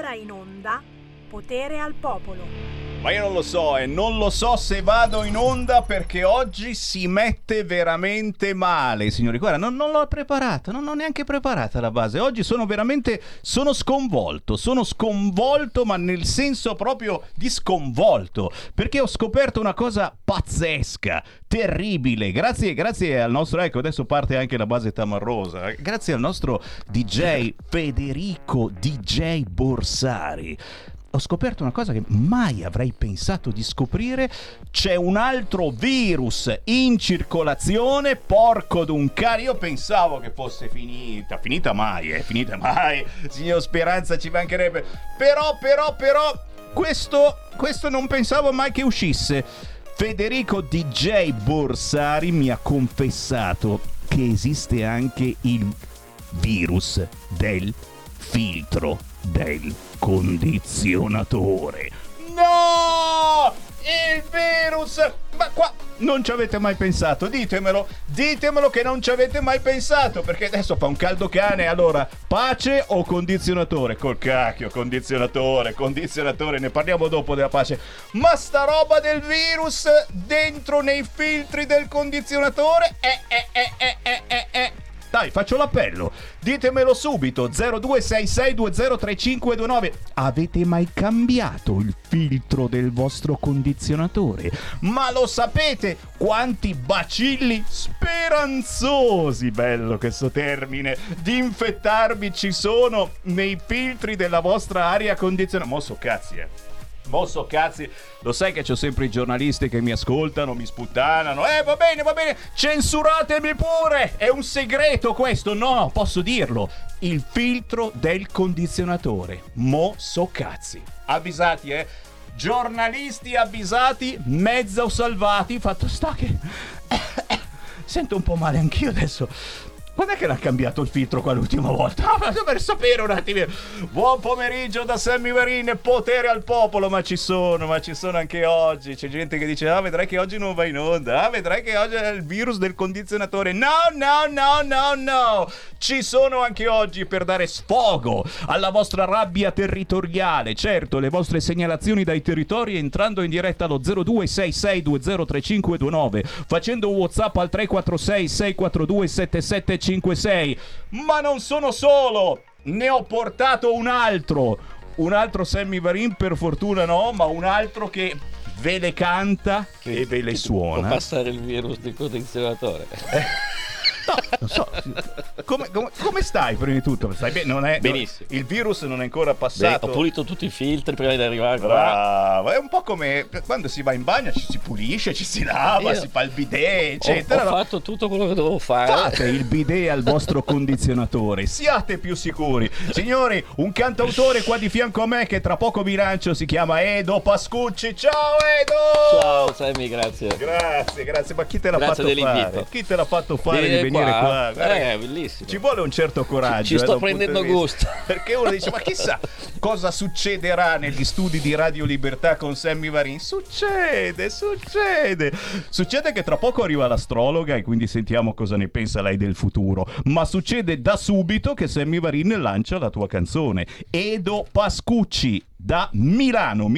ora in onda Potere al Popolo. Ma io non lo so, e non lo so se vado in onda perché oggi si mette veramente male, signori. Guarda, non l'ho preparata, non ho neanche preparata la base. Oggi sono sconvolto, ma nel senso proprio di sconvolto, perché ho scoperto una cosa pazzesca, terribile. Grazie al nostro, ecco, adesso parte anche la base tamarrosa. Grazie al nostro DJ Federico DJ Borsari. Ho scoperto una cosa che mai avrei pensato di scoprire. C'è un altro virus in circolazione, porco d'un cane. Io pensavo che fosse finita mai, signor Speranza, ci mancherebbe. Però questo non pensavo mai che uscisse. Federico DJ Borsari mi ha confessato che esiste anche il virus del filtro del condizionatore. No! Il virus! Ma qua non ci avete mai pensato? Ditemelo che non ci avete mai pensato, perché adesso fa un caldo cane. Allora, pace o condizionatore? Col cacchio, condizionatore, ne parliamo dopo della pace. Ma sta roba del virus dentro nei filtri del condizionatore Dai, faccio l'appello. Ditemelo subito. 0266203529. Avete mai cambiato il filtro del vostro condizionatore? Ma lo sapete quanti bacilli speranzosi, bello questo termine, di infettarvi ci sono nei filtri della vostra aria condizionata? Mosso cazzi, lo sai che c'ho sempre i giornalisti che mi ascoltano, mi sputtanano. Va bene, censuratemi pure, è un segreto questo, no, posso dirlo. Il filtro del condizionatore, mosso cazzi. Avvisati, giornalisti avvisati, mezzo salvati. Fatto sta che sento un po' male anch'io adesso. Quando è che l'ha cambiato il filtro qua l'ultima volta? Per sapere un attimo. Buon pomeriggio da Sammy Varin, Potere al Popolo. Ma ci sono anche oggi. C'è gente che dice: vedrai che oggi non va in onda. Vedrai che oggi è il virus del condizionatore. No. Ci sono anche oggi per dare sfogo alla vostra rabbia territoriale. Certo, le vostre segnalazioni dai territori entrando in diretta allo 0266203529, facendo un WhatsApp al 346 642 7756. Ma non sono solo, ne ho portato un altro Sammy Varin, per fortuna no, ma un altro che ve le canta e ve le suona. Può passare il virus del condizionatore. No, non so. Come stai prima di tutto? Stai bene? Non è, benissimo. Il virus non è ancora passato. Ho pulito tutti i filtri prima di arrivare qua. Bravo. È un po' come quando si va in bagno, ci si pulisce, ci si lava, si fa il bidet, eccetera. Ho fatto tutto quello che dovevo fare. Fate il bidet al vostro condizionatore, siate più sicuri. Signori, un cantautore qua di fianco a me che tra poco vi lancio, si chiama Edo Pascucci. Ciao Edo! Ciao Sammy, grazie. Grazie. Ma chi te l'ha Grazie fatto dell'invito. fare? Chi te l'ha fatto fare di venire qua? Bellissimo. Ci vuole un certo coraggio. Ci sto prendendo gusto. Perché uno dice: ma chissà cosa succederà negli studi di Radio Libertà con Sammy Varin. Succede che tra poco arriva l'astrologa e quindi sentiamo cosa ne pensa lei del futuro. Ma succede da subito che Sammy Varin lancia la tua canzone, Edo Pascucci, da Milano.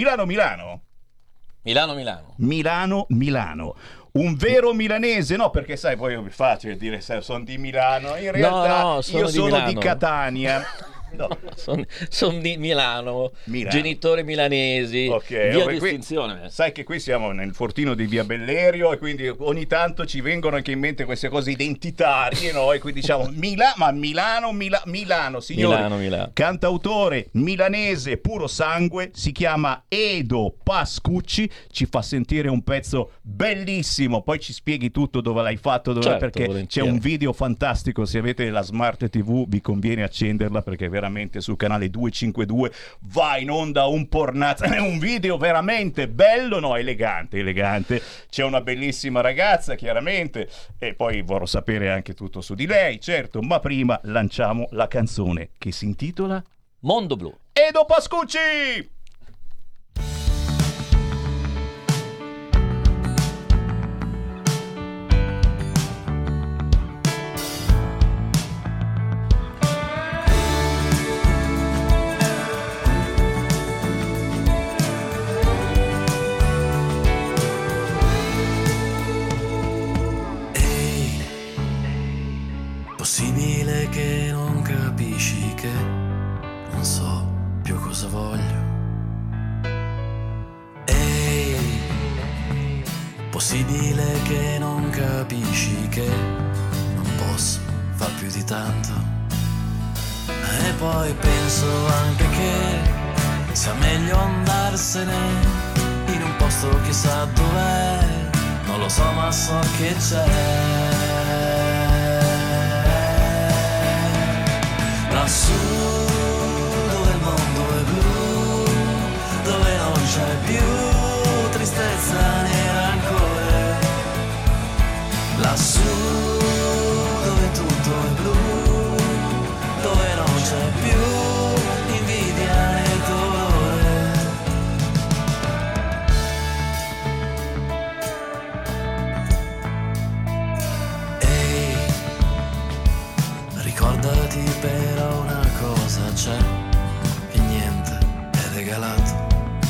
Un vero milanese, no, perché sai, poi è facile dire sono di Milano. In realtà io sono di Catania. No. Sono di Milano, genitori milanesi, via distinzione. Sai che qui siamo nel fortino di via Bellerio e quindi ogni tanto ci vengono anche in mente queste cose identitarie, no? E quindi diciamo Milano, signori. Milano. Cantautore milanese puro sangue, si chiama Edo Pascucci, ci fa sentire un pezzo bellissimo, poi ci spieghi tutto dove l'hai fatto, perché volentieri. C'è un video fantastico, se avete la Smart TV vi conviene accenderla perché veramente sul canale 252 va in onda un pornazzo, è un video veramente bello, no, elegante. C'è una bellissima ragazza chiaramente e poi vorrò sapere anche tutto su di lei, certo, ma prima lanciamo la canzone che si intitola Mondo Blu. Edo Pascucci! che non posso far più di tanto. E poi penso anche che sia meglio andarsene in un posto chissà dov'è, non lo so ma so che c'è. Lassù dove il mondo è blu, dove non c'è più tristezza né rancore. Lassù dove tutto è blu, dove non c'è più invidia né dolore. Ehi, ricordati però una cosa c'è, che niente è regalato.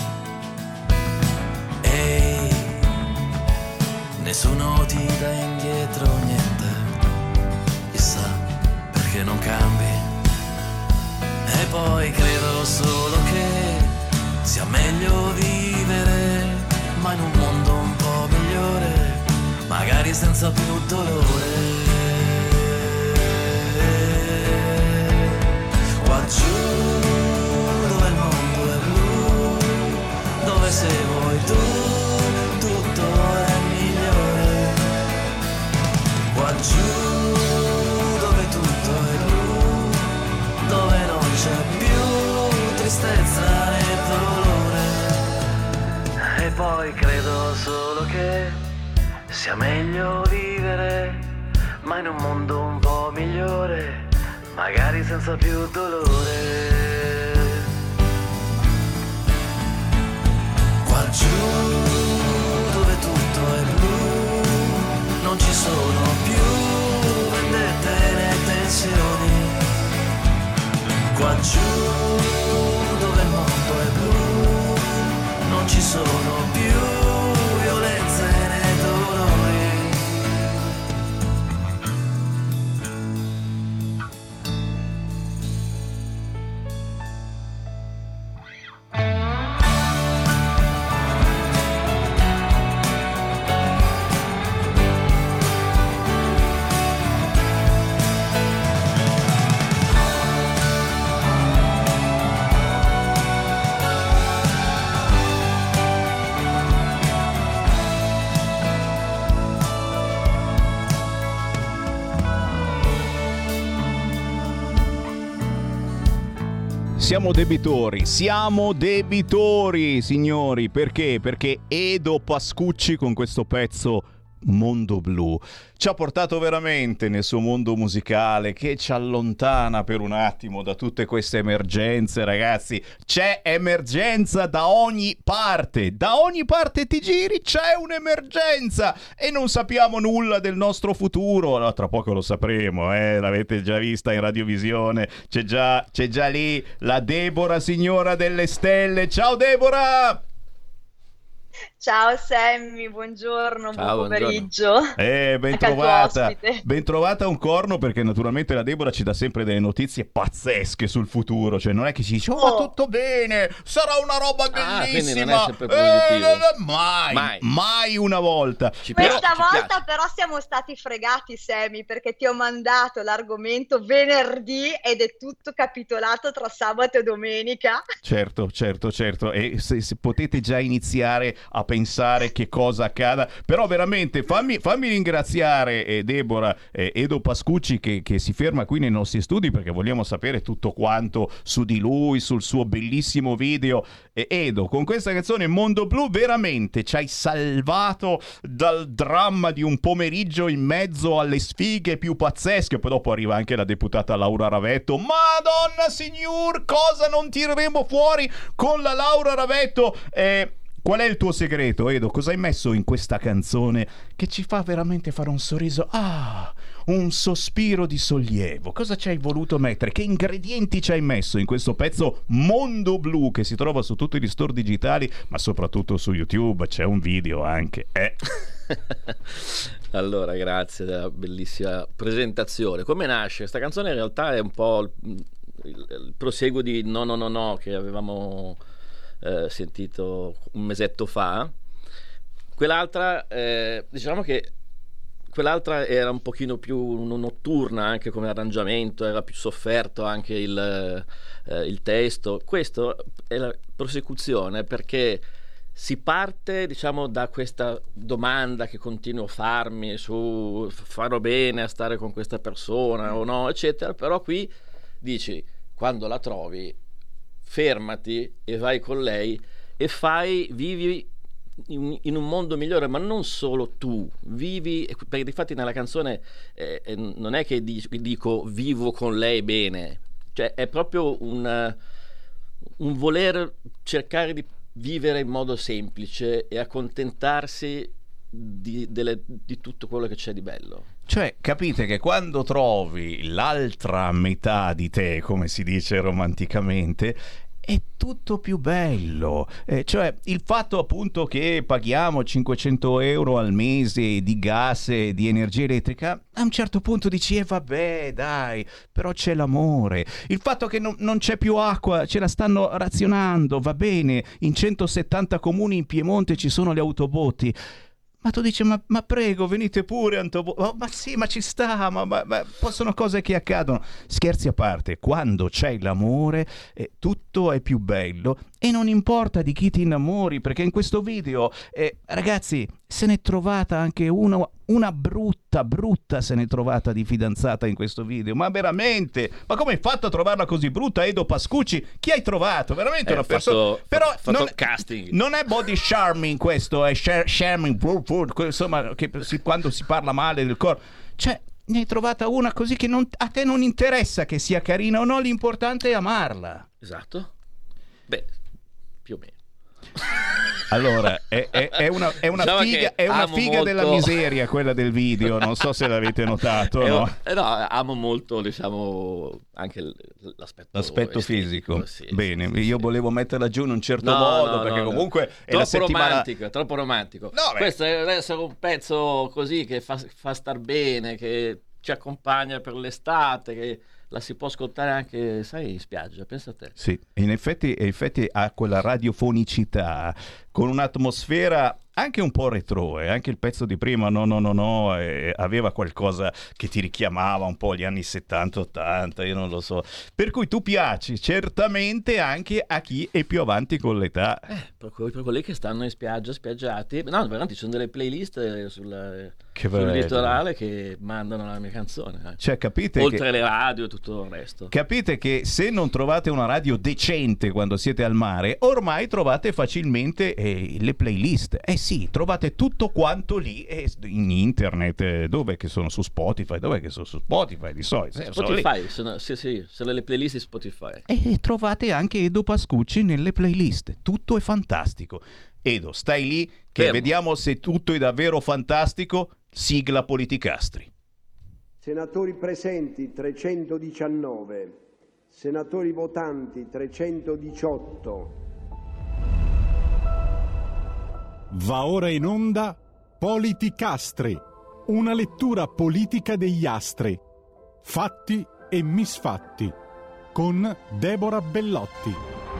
Ehi, nessuno ti dà indietro niente, chissà perché non cambi. E poi credo solo che sia meglio vivere, ma in un mondo un po' migliore, magari senza più dolore. Qua giù dove il mondo è blu, dove se vuoi tu tutto è migliore. Qua giù dove tutto è blu, dove non c'è più tristezza né dolore. E poi credo solo che sia meglio vivere, ma in un mondo un po' migliore, magari senza più dolore. Qua giù dove tutto è blu, non ci sono più vendette né tensioni. Qua giù dove il mondo è blu, non ci sono più violenze né dolori. Siamo debitori, signori. Perché? Perché Edo Pascucci con questo pezzo Mondo Blu ci ha portato veramente nel suo mondo musicale, che ci allontana per un attimo da tutte queste emergenze, ragazzi. C'è emergenza da ogni parte ti giri, c'è un'emergenza e non sappiamo nulla del nostro futuro. Allora, tra poco lo sapremo, l'avete già vista in radiovisione, c'è già lì la Deborah, signora delle stelle. Ciao Deborah! Ciao Sammy, buongiorno, Ciao, buon pomeriggio. Ben trovata. Ben trovata un corno, perché naturalmente la Deborah ci dà sempre delle notizie pazzesche sul futuro, cioè non è che ci dice tutto bene, sarà una roba bellissima. Quindi non è sempre positivo. Mai una volta. Questa volta però siamo stati fregati, Sammy, perché ti ho mandato l'argomento venerdì ed è tutto capitolato tra sabato e domenica. Certo. E se potete già iniziare a pensare che cosa accada, però veramente fammi ringraziare Deborah Edo Pascucci che si ferma qui nei nostri studi, perché vogliamo sapere tutto quanto su di lui, sul suo bellissimo video. Edo, con questa canzone Mondo Blu veramente ci hai salvato dal dramma di un pomeriggio in mezzo alle sfighe più pazzesche. Poi dopo arriva anche la deputata Laura Ravetto. Madonna signor, cosa non tireremo fuori con la Laura Ravetto? Qual è il tuo segreto, Edo? Cosa hai messo in questa canzone che ci fa veramente fare un sorriso? Un sospiro di sollievo. Cosa ci hai voluto mettere? Che ingredienti ci hai messo in questo pezzo Mondo Blu, che si trova su tutti gli store digitali, ma soprattutto su YouTube? C'è un video anche. Allora, grazie della bellissima presentazione. Come nasce? Questa canzone in realtà è un po' il proseguo di No, che avevamo sentito un mesetto fa. Quell'altra, diciamo che quell'altra era un pochino più notturna anche come arrangiamento, era più sofferto anche il testo. Questo è la prosecuzione, perché si parte, diciamo, da questa domanda che continuo a farmi su farò bene a stare con questa persona o no, eccetera, però qui dici, quando la trovi, fermati e vai con lei e vivi in un mondo migliore, ma non solo tu, vivi, perché infatti nella canzone non è che dico vivo con lei bene, cioè è proprio un voler cercare di vivere in modo semplice e accontentarsi di tutto quello che c'è di bello. Cioè, capite che quando trovi l'altra metà di te, come si dice romanticamente, è tutto più bello. Cioè, il fatto appunto che paghiamo 500 euro al mese di gas e di energia elettrica, a un certo punto dici, vabbè, dai, però c'è l'amore. Il fatto che non c'è più acqua, ce la stanno razionando, va bene, in 170 comuni in Piemonte ci sono le autobotti. Ma tu dici, ma prego, venite pure, ma sì, ma ci sta, ma sono cose che accadono. Scherzi a parte, quando c'è l'amore, tutto è più bello e non importa di chi ti innamori, perché in questo video, ragazzi, se n'è trovata anche una brutta se n'è trovata di fidanzata in questo video. Ma veramente? Ma come hai fatto a trovarla così brutta, Edo Pascucci? Chi hai trovato? Veramente una persona... Però casting. Non è body charming questo, è charming, insomma, quando si parla male del corpo. Cioè, ne hai trovata una così che a te non interessa che sia carina o no, l'importante è amarla. Esatto. Beh, più o meno. Allora, è una diciamo figa, è una figa molto... della miseria quella del video, non so se l'avete notato. No, amo molto, diciamo, anche l'aspetto fisico. Sì, bene, sì, io sì. volevo metterla giù in un certo modo, perché comunque è troppo la settimana... romantico, è troppo romantico. No, questo deve essere un pezzo così che fa star bene, che ci accompagna per l'estate, che la si può ascoltare anche, sai, in spiaggia, pensa a te. Sì, in effetti ha quella radiofonicità con un'atmosfera anche un po' retro, anche il pezzo di prima no, aveva qualcosa che ti richiamava un po' gli anni 70-80, io non lo so. Per cui tu piaci certamente anche a chi è più avanti con l'età. Per quelli che stanno in spiaggia, spiaggiati. No, veramente ci sono delle playlist sul litorale che mandano la mia canzone. Cioè, capite oltre le radio e tutto il resto. Capite che se non trovate una radio decente quando siete al mare, ormai trovate facilmente le playlist. Sì, trovate tutto quanto lì in internet, dove che sono su Spotify, dov'è che sono su Spotify di solito? Spotify, sono le playlist di Spotify. E trovate anche Edo Pascucci nelle playlist, tutto è fantastico. Edo, stai lì che Fermo. Vediamo se tutto è davvero fantastico. Sigla Politicastri. Senatori presenti 319, senatori votanti 318. Va ora in onda Politicastri, una lettura politica degli astri, fatti e misfatti, con Deborah Bellotti.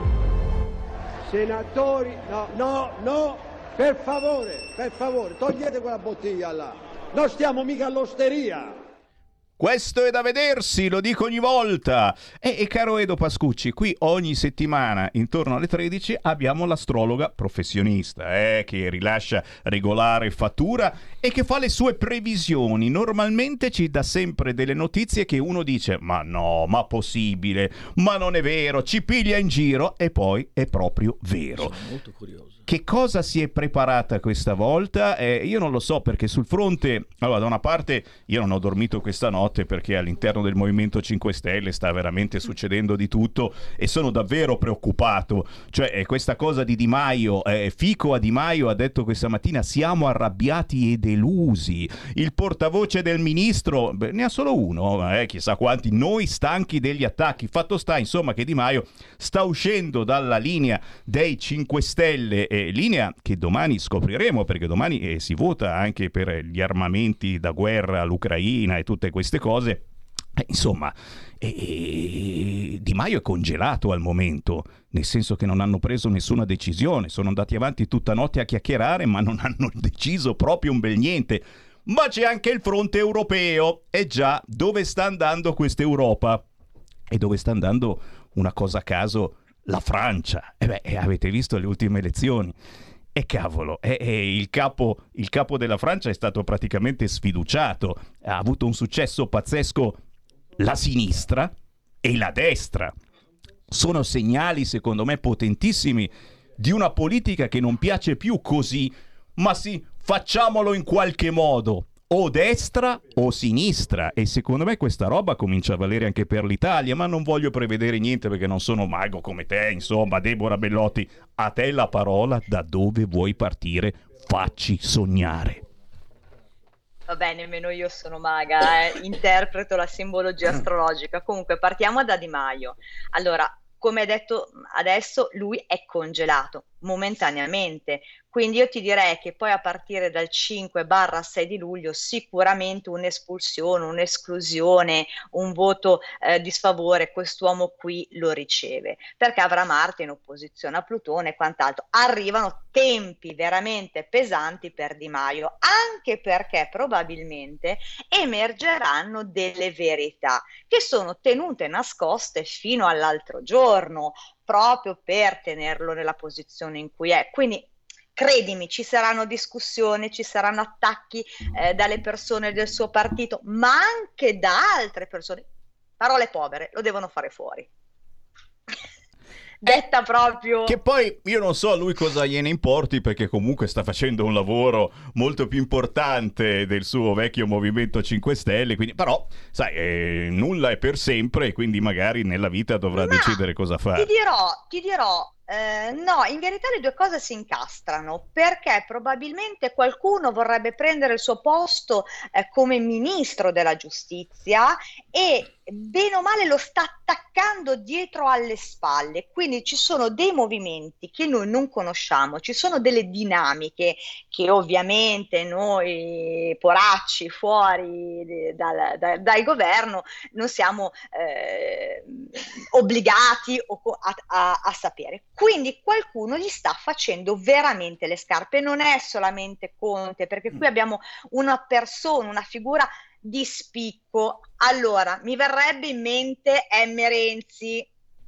Senatori, no, per favore, togliete quella bottiglia là, non stiamo mica all'osteria. Questo è da vedersi, lo dico ogni volta. E caro Edo Pascucci, qui ogni settimana intorno alle 13 abbiamo l'astrologa professionista che rilascia regolare fattura e che fa le sue previsioni. Normalmente ci dà sempre delle notizie che uno dice ma no, ma possibile, ma non è vero, ci piglia in giro, e poi è proprio vero. Sono molto curioso. Che cosa si è preparata questa volta? Io non lo so, perché sul fronte, allora, da una parte io non ho dormito questa notte perché all'interno del Movimento 5 Stelle sta veramente succedendo di tutto e sono davvero preoccupato. Cioè, questa cosa di Di Maio, Fico a Di Maio ha detto questa mattina: siamo arrabbiati e delusi. Il portavoce del ministro, ne ha solo uno, chissà quanti, noi stanchi degli attacchi. Fatto sta, insomma, che Di Maio sta uscendo dalla linea dei 5 Stelle, linea che domani scopriremo, perché domani si vota anche per gli armamenti da guerra all'Ucraina e tutte queste cose. Insomma, Di Maio è congelato al momento, nel senso che non hanno preso nessuna decisione, sono andati avanti tutta notte a chiacchierare, ma non hanno deciso proprio un bel niente. ma c'è anche il fronte europeo. E già, dove sta andando questa Europa? E dove sta andando, una cosa a caso, la Francia? Avete visto le ultime elezioni? E cavolo, il capo della Francia è stato praticamente sfiduciato. Ha avuto un successo pazzesco la sinistra e la destra. Sono segnali, secondo me, potentissimi di una politica che non piace più così, ma sì, facciamolo in qualche modo, o destra o sinistra. E secondo me questa roba comincia a valere anche per l'Italia, ma non voglio prevedere niente perché non sono mago come te, insomma. Deborah Bellotti, a te la parola, da dove vuoi partire? Facci sognare. Va bene, nemmeno io sono maga, interpreto la simbologia astrologica. Comunque partiamo da Di Maio. Allora, come hai detto adesso, lui è congelato momentaneamente, quindi io ti direi che poi a partire dal 5/6 di luglio sicuramente un'espulsione, un'esclusione, un voto di sfavore quest'uomo qui lo riceve, perché avrà Marte in opposizione a Plutone e quant'altro. Arrivano tempi veramente pesanti per Di Maio, anche perché probabilmente emergeranno delle verità che sono tenute nascoste fino all'altro giorno, proprio per tenerlo nella posizione in cui è. Quindi credimi, ci saranno discussioni, ci saranno attacchi dalle persone del suo partito, ma anche da altre persone. Parole povere, lo devono fare fuori. Detta proprio. Che poi io non so a lui cosa gliene importi, perché comunque sta facendo un lavoro molto più importante del suo vecchio Movimento 5 Stelle, quindi, però sai, nulla è per sempre, e quindi magari nella vita dovrà decidere cosa fare. Ti dirò, no, in verità le due cose si incastrano, perché probabilmente qualcuno vorrebbe prendere il suo posto come ministro della giustizia e bene o male lo sta attaccando dietro alle spalle. Quindi ci sono dei movimenti che noi non conosciamo, ci sono delle dinamiche che ovviamente noi poracci fuori dal governo non siamo obbligati a sapere. Quindi qualcuno gli sta facendo veramente le scarpe. Non è solamente Conte, perché qui abbiamo una persona, una figura di spicco. Allora, mi verrebbe in mente M. Renzi.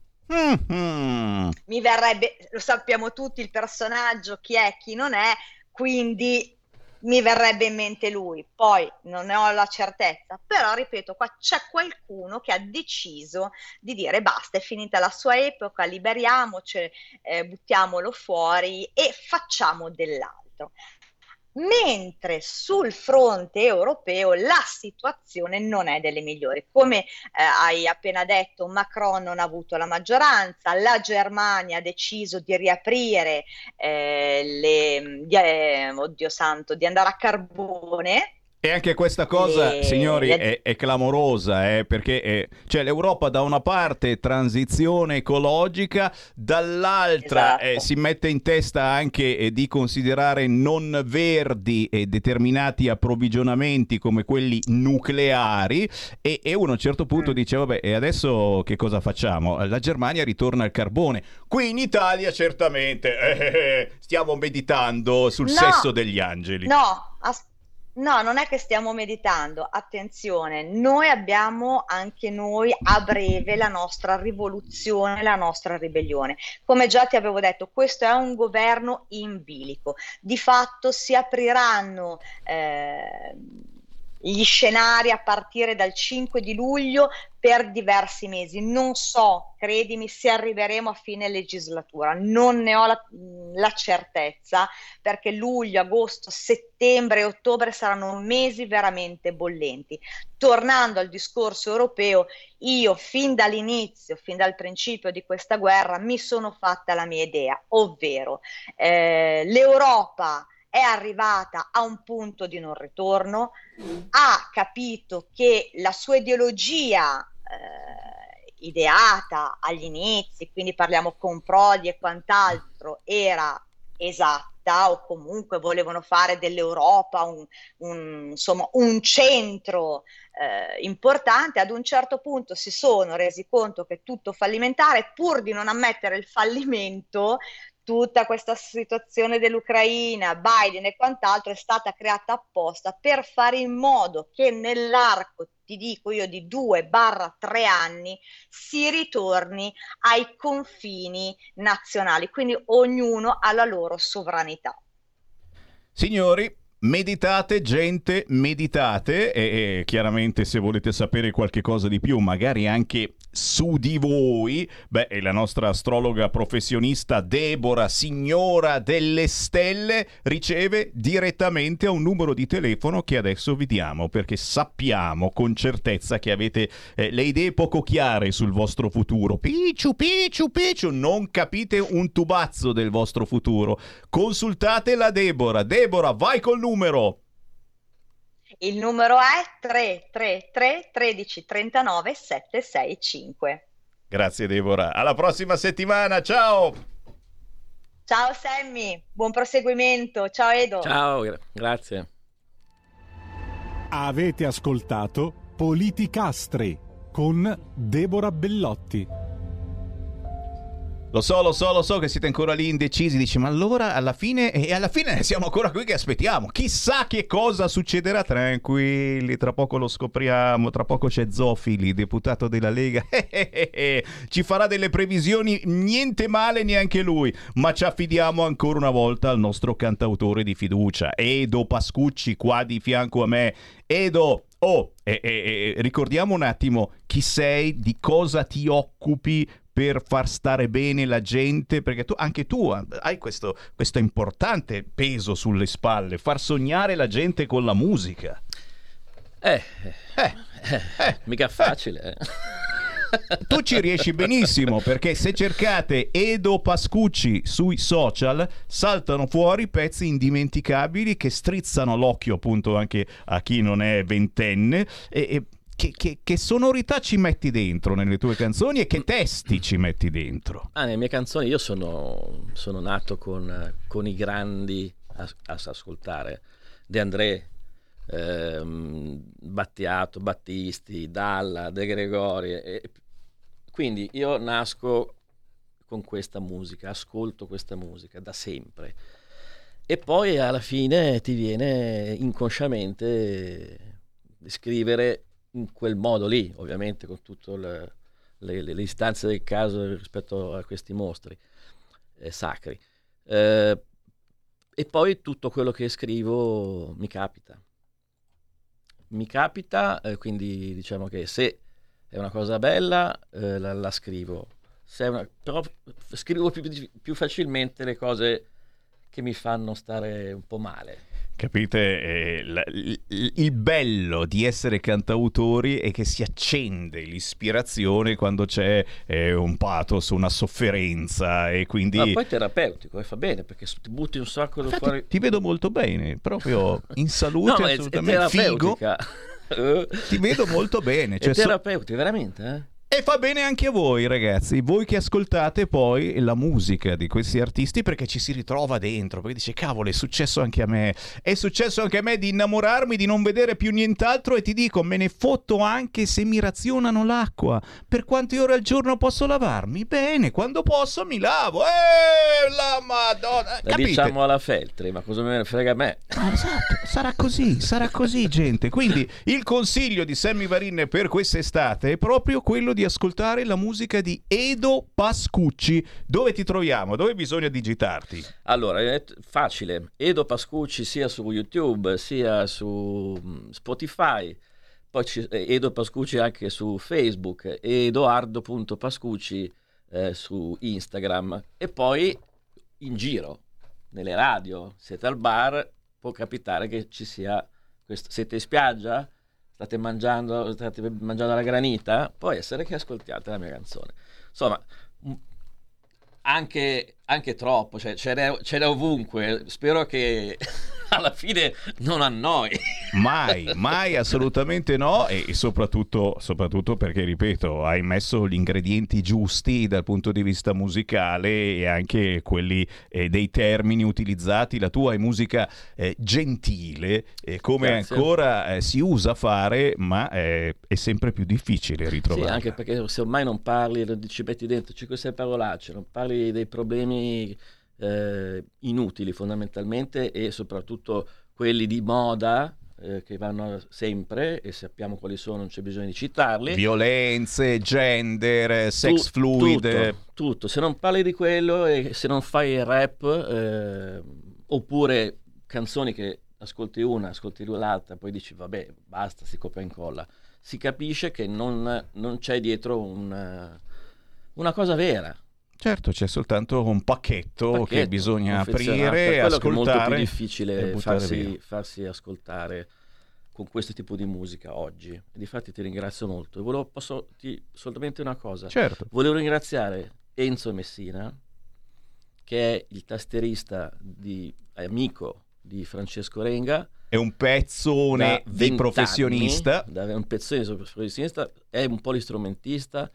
Mi verrebbe, lo sappiamo tutti il personaggio, chi è, chi non è, quindi mi verrebbe in mente lui. Poi non ne ho la certezza, però ripeto, qua c'è qualcuno che ha deciso di dire basta, è finita la sua epoca, liberiamoci, buttiamolo fuori e facciamo dell'altro. Mentre sul fronte europeo la situazione non è delle migliori. Come hai appena detto, Macron non ha avuto la maggioranza, la Germania ha deciso di riaprire oddio santo, di andare a carbone. E anche questa cosa, signori, è clamorosa, perché cioè l'Europa da una parte transizione ecologica, dall'altra si mette in testa anche di considerare non verdi determinati approvvigionamenti come quelli nucleari, e uno a un certo punto dice vabbè, e adesso che cosa facciamo? La Germania ritorna al carbone. Qui in Italia certamente stiamo meditando sul sesso degli angeli. No, non è che stiamo meditando, attenzione, noi abbiamo anche noi a breve la nostra rivoluzione, la nostra ribellione. Come già ti avevo detto, questo è un governo in bilico. Di fatto si apriranno gli scenari a partire dal 5 di luglio per diversi mesi. Non so, credimi, se arriveremo a fine legislatura, non ne ho la certezza, perché luglio, agosto, settembre e ottobre saranno mesi veramente bollenti. Tornando al discorso europeo, io fin dall'inizio, fin dal principio di questa guerra, mi sono fatta la mia idea, ovvero l'Europa è arrivata a un punto di non ritorno, ha capito che la sua ideologia ideata agli inizi, quindi parliamo con Prodi e quant'altro, era esatta, o comunque volevano fare dell'Europa insomma, un centro importante. Ad un certo punto si sono resi conto che è tutto fallimentare, pur di non ammettere il fallimento tutta questa situazione dell'Ucraina, Biden e quant'altro è stata creata apposta per fare in modo che nell'arco, ti dico io, di 2-3 anni si ritorni ai confini nazionali, quindi ognuno ha la loro sovranità. Signori, meditate, gente, meditate e chiaramente se volete sapere qualche cosa di più, magari anche su di voi, è la nostra astrologa professionista Deborah, signora delle stelle, riceve direttamente a un numero di telefono che adesso vi diamo, perché sappiamo con certezza che avete le idee poco chiare sul vostro futuro. Picciu, non capite un tubazzo del vostro futuro. Consultate la Deborah. Deborah, vai col numero. Il numero è 333 13 39 765. Grazie Deborah, alla prossima settimana, ciao! Ciao Sammy, buon proseguimento, ciao Edo. Ciao, grazie. Avete ascoltato Politicastri con Deborah Bellotti. Lo so che siete ancora lì indecisi, dici ma allora alla fine siamo ancora qui che aspettiamo, chissà che cosa succederà. Tranquilli, tra poco lo scopriamo, tra poco c'è Zofili, deputato della Lega, ci farà delle previsioni, niente male neanche lui, ma ci affidiamo ancora una volta al nostro cantautore di fiducia, Edo Pascucci, qua di fianco a me. Edo, ricordiamo un attimo chi sei, di cosa ti occupi per far stare bene la gente, perché anche tu hai questo importante peso sulle spalle, far sognare la gente con la musica. Mica facile. Tu ci riesci benissimo, perché se cercate Edo Pascucci sui social saltano fuori pezzi indimenticabili che strizzano l'occhio appunto anche a chi non è ventenne. Che sonorità ci metti dentro nelle tue canzoni e che testi ci metti dentro? Nelle mie canzoni io sono nato con i grandi a ascoltare, De André, Battiato, Battisti, Dalla, De Gregori, quindi io nasco con questa musica, ascolto questa musica da sempre e poi alla fine ti viene inconsciamente di scrivere in quel modo lì, ovviamente con tutte le istanze del caso rispetto a questi mostri sacri, e poi tutto quello che scrivo mi capita, quindi diciamo che se è una cosa bella la scrivo, però scrivo più facilmente le cose che mi fanno stare un po' male. Capite? Il bello di essere cantautori è che si accende l'ispirazione quando c'è un pathos, una sofferenza, e quindi... Ma poi è terapeutico, fa bene, perché ti butti un sacco di fuori... Ti vedo molto bene, proprio in salute, no, assolutamente è terapeutica. Figo. Ti vedo molto bene. È terapeutica, veramente, E fa bene anche a voi, ragazzi, voi che ascoltate poi la musica di questi artisti, perché ci si ritrova dentro, perché dice cavolo, è successo anche a me di innamorarmi, di non vedere più nient'altro, e ti dico me ne fotto anche se mi razionano l'acqua. Per quante ore al giorno posso lavarmi? Bene, quando posso mi lavo. La Madonna, capite? Diciamo alla Feltri, ma cosa me ne frega a me? Esatto, sarà così gente. Quindi il consiglio di Sammy Varin per quest'estate è proprio quello di ascoltare la musica di Edo Pascucci. Dove ti troviamo? Dove bisogna digitarti? Allora, è facile. Edo Pascucci sia su YouTube sia su Spotify. Poi Edo Pascucci anche su Facebook, edoardo.pascucci su Instagram. E poi in giro, nelle radio, siete al bar, può capitare che ci sia questo. Siete in spiaggia? State mangiando la granita, può essere che ascoltiate la mia canzone. Insomma, anche troppo, cioè ce n'è ovunque. Spero che alla fine non annoi. Mai, assolutamente no, e soprattutto perché, ripeto, hai messo gli ingredienti giusti dal punto di vista musicale e anche quelli dei termini utilizzati. La tua è musica gentile, come Grazie. ancora si usa fare, ma è sempre più difficile ritrovare. Sì, anche perché se ormai non parli, ci metti dentro 5-6 parolacce, non parli dei problemi inutili fondamentalmente, e soprattutto quelli di moda che vanno sempre, e sappiamo quali sono, non c'è bisogno di citarli. Violenze, gender, sex fluid. Tutto. Se non parli di quello e se non fai rap oppure canzoni che ascolti una, ascolti l'altra, poi dici vabbè, basta, si copia e incolla, si capisce che non c'è dietro una cosa vera. Certo, c'è soltanto un pacchetto che bisogna aprire, ascoltare. È molto più difficile farsi ascoltare con questo tipo di musica oggi. E difatti ti ringrazio molto. Posso solamente una cosa? Certo. Volevo ringraziare Enzo Messina, che è il tastierista amico di Francesco Renga. È un pezzone di professionista. È un pezzone di professionista, è un polistrumentista.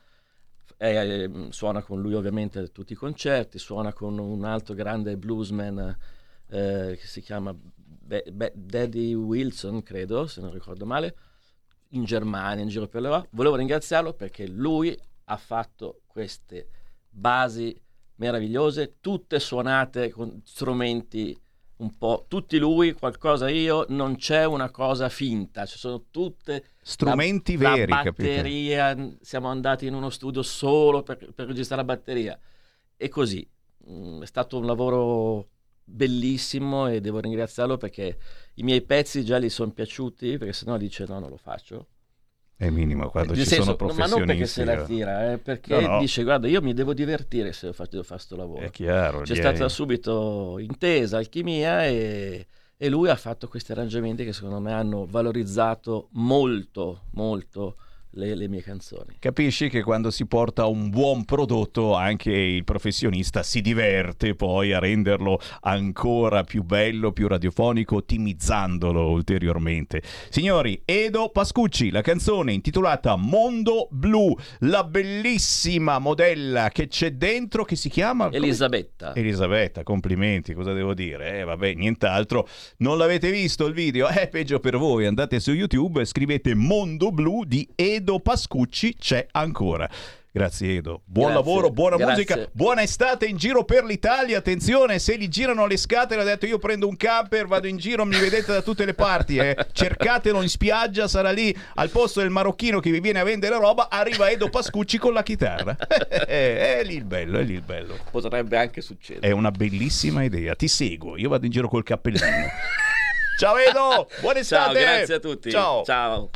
Suona con lui ovviamente a tutti i concerti, suona con un altro grande bluesman che si chiama Daddy Wilson, credo, se non ricordo male, in Germania, in giro per l'Europa. Volevo ringraziarlo perché lui ha fatto queste basi meravigliose, tutte suonate con strumenti un po', tutti lui, qualcosa io, non c'è una cosa finta, ci sono tutte strumenti veri, la batteria, capito? Siamo andati in uno studio solo per registrare la batteria, e così è stato un lavoro bellissimo, e devo ringraziarlo perché i miei pezzi già gli sono piaciuti, perché sennò dice no, non lo faccio. È minimo quando ci sono professionisti. Ma non perché se la tira, perché dice guarda, io mi devo divertire se devo fare sto lavoro. È chiaro. C'è stata subito intesa, alchimia, e lui ha fatto questi arrangiamenti che secondo me hanno valorizzato molto, molto le mie canzoni. Capisci che quando si porta un buon prodotto anche il professionista si diverte poi a renderlo ancora più bello, più radiofonico, ottimizzandolo ulteriormente. Signori, Edo Pascucci, la canzone intitolata Mondo Blu, la bellissima modella che c'è dentro, che si chiama Elisabetta. Elisabetta, complimenti, cosa devo dire? Vabbè, nient'altro. Non l'avete visto il video? Peggio per voi, andate su YouTube e scrivete Mondo Blu di Edo Pascucci, c'è ancora. Grazie Edo, buon lavoro, buona musica, buona estate in giro per l'Italia. Attenzione, se gli girano le scatole, ha detto io prendo un camper, vado in giro, mi vedete da tutte le parti, cercatelo in spiaggia, sarà lì al posto del marocchino che vi viene a vendere roba, arriva Edo Pascucci con la chitarra. È lì il bello, è lì il bello. Potrebbe anche succedere. È una bellissima idea, ti seguo, io vado in giro col cappellino. Ciao Edo, buona estate. Ciao, grazie a tutti. Ciao.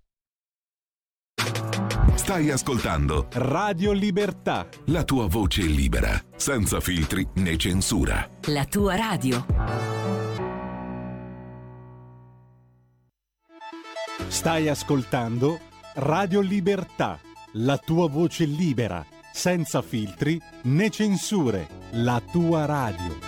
Stai ascoltando Radio Libertà, la tua voce libera, senza filtri né censura. La tua radio. Stai ascoltando Radio Libertà, la tua voce libera, senza filtri né censure. La tua radio.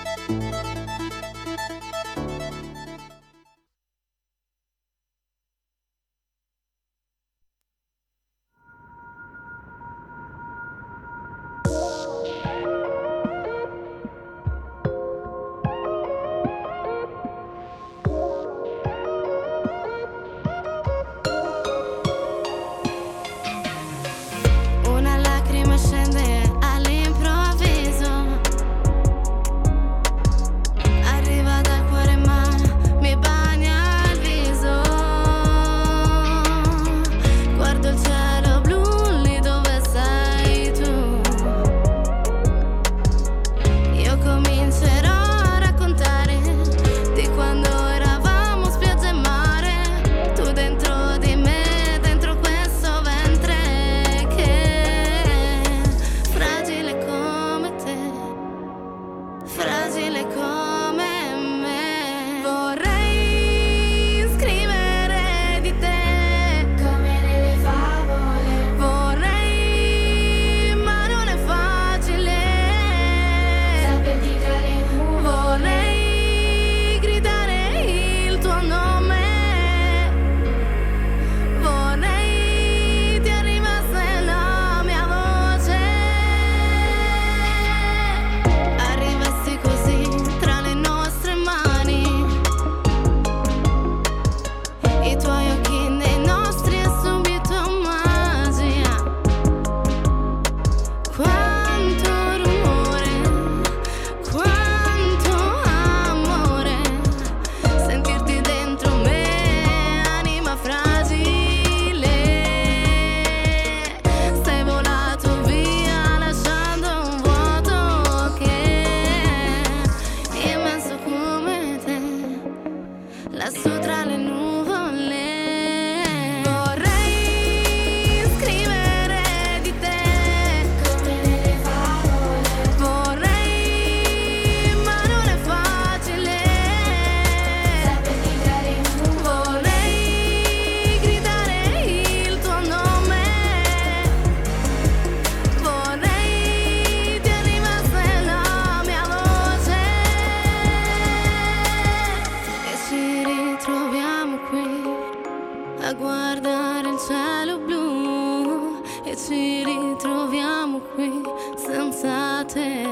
qui senza te.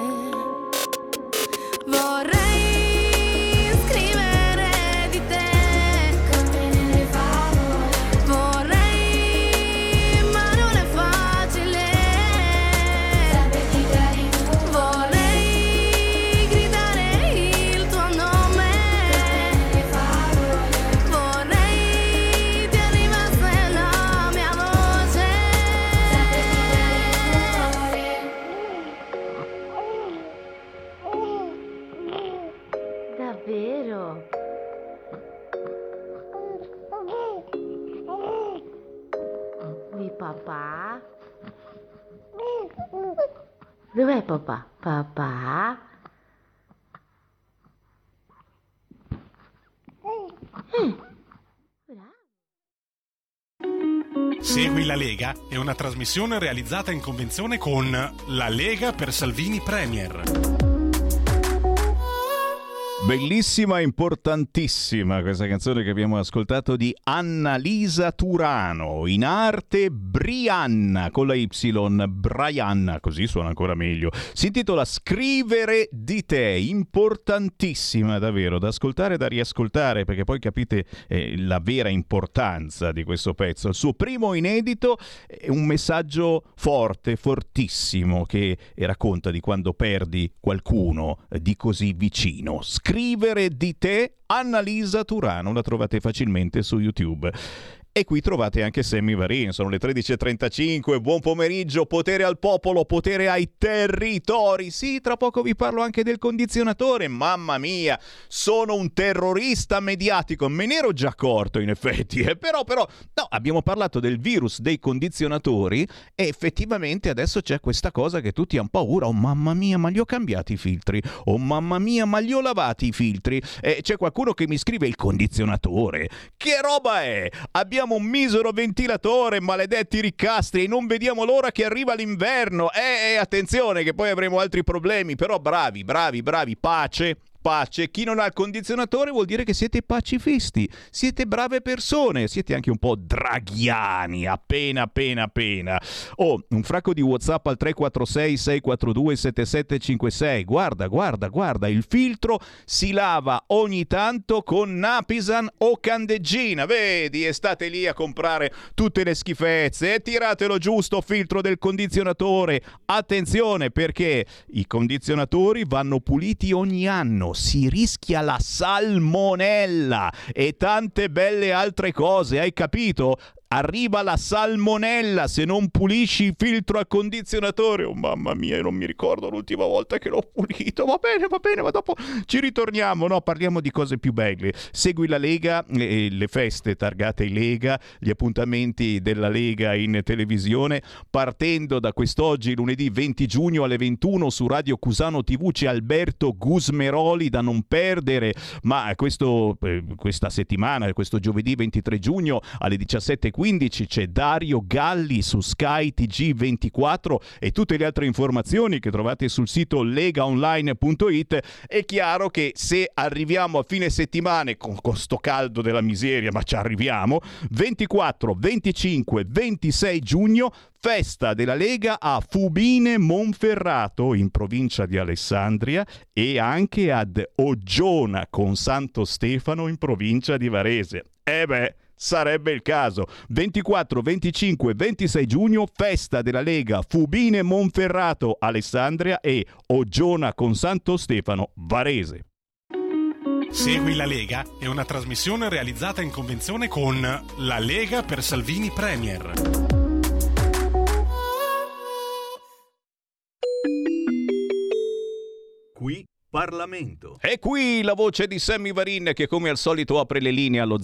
Vorrei scrivere di te come nelle favole. Vorrei, ma non è facile saperti dare tu. Vorrei gridare il tuo nome come nelle favole. Vorrei ti arrivasse la mia voce saperti dare davvero. Di papà? Dov'è papà? Papà? Segui la Lega è una trasmissione realizzata in convenzione con La Lega per Salvini Premier. Bellissima e importantissima questa canzone che abbiamo ascoltato di Annalisa Turano, in arte Brianna con la Y, Brianna, così suona ancora meglio. Si intitola Scrivere di te, importantissima davvero da ascoltare e da riascoltare, perché poi capite la vera importanza di questo pezzo. Il suo primo inedito è un messaggio forte, fortissimo, che racconta di quando perdi qualcuno di così vicino. Scrivere di te, Annalisa Turano, la trovate facilmente su YouTube. E qui trovate anche Sammy Varin, sono le 13.35, buon pomeriggio, potere al popolo, potere ai territori. Sì, tra poco vi parlo anche del condizionatore, mamma mia, sono un terrorista mediatico, me ne ero già accorto in effetti, però, no, abbiamo parlato del virus dei condizionatori e effettivamente adesso c'è questa cosa che tutti hanno paura, oh mamma mia, ma li ho cambiati i filtri, oh mamma mia, ma li ho lavati i filtri, c'è qualcuno che mi scrive il condizionatore, che roba è? Abbiamo un misero ventilatore, maledetti ricastri, e non vediamo l'ora che arriva l'inverno. Attenzione che poi avremo altri problemi, però bravi, pace. Chi non ha il condizionatore vuol dire che siete pacifisti, siete brave persone, siete anche un po' draghiani, appena. Oh, un fracco di WhatsApp al 346 642 7756. Guarda, il filtro si lava ogni tanto con Napisan o candeggina, vedi, e state lì a comprare tutte le schifezze e tiratelo giusto filtro del condizionatore. Attenzione, perché i condizionatori vanno puliti ogni anno, si rischia la salmonella e tante belle altre cose, hai capito? Arriva la salmonella se non pulisci il filtro a condizionatore. Oh mamma mia, io non mi ricordo l'ultima volta che l'ho pulito. Va bene, ma dopo ci ritorniamo, no? Parliamo di cose più belle. Segui la Lega, le feste targate Lega, gli appuntamenti della Lega in televisione. Partendo da quest'oggi, lunedì 20 giugno alle 21 su Radio Cusano TV c'è Alberto Gusmeroli da non perdere. Ma questa settimana, questo giovedì 23 giugno alle 17:15 c'è Dario Galli su Sky TG24 e tutte le altre informazioni che trovate sul sito legaonline.it. È chiaro che se arriviamo a fine settimana con sto caldo della miseria, ma ci arriviamo, 24, 25, 26 giugno festa della Lega a Fubine Monferrato in provincia di Alessandria e anche ad Oggiona con Santo Stefano in provincia di Varese. Sarebbe il caso. 24, 25, 26 giugno, festa della Lega, Fubine Monferrato, Alessandria e Oggiona con Santo Stefano, Varese. Segui la Lega è una trasmissione realizzata in convenzione con La Lega per Salvini Premier. Qui Parlamento. E qui la voce di Sammy Varin che come al solito apre le linee allo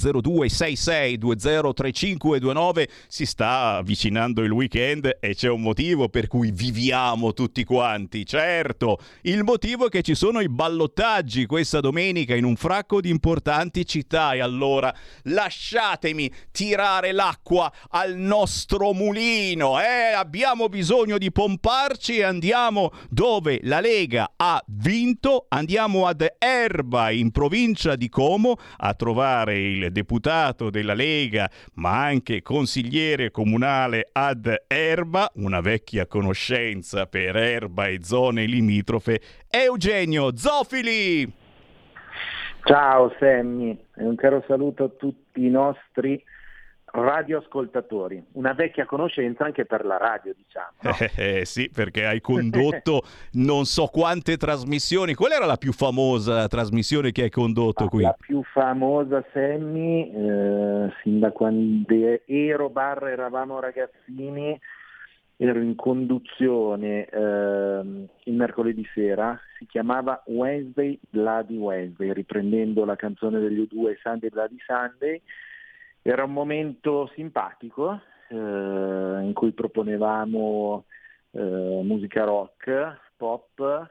0266203529. Si sta avvicinando il weekend e c'è un motivo per cui viviamo tutti quanti. Certo, il motivo è che ci sono i ballottaggi questa domenica in un fracco di importanti città e allora lasciatemi tirare l'acqua al nostro mulino. Abbiamo bisogno di pomparci e andiamo dove la Lega ha vinto Dopo andiamo ad Erba, in provincia di Como, a trovare il deputato della Lega, ma anche consigliere comunale ad Erba, una vecchia conoscenza per Erba e zone limitrofe, Eugenio Zofili. Ciao Sammy, e un caro saluto a tutti i nostri radioascoltatori, una vecchia conoscenza anche per la radio, diciamo, no? Sì, perché hai condotto non so quante trasmissioni. Qual era la più famosa trasmissione che hai condotto qui? La più famosa, Sammy, sin da quando eravamo ragazzini, ero in conduzione il mercoledì sera, si chiamava Wednesday Bloody Wednesday, riprendendo la canzone degli U2, Sunday Bloody Sunday. Era un momento simpatico in cui proponevamo musica rock, pop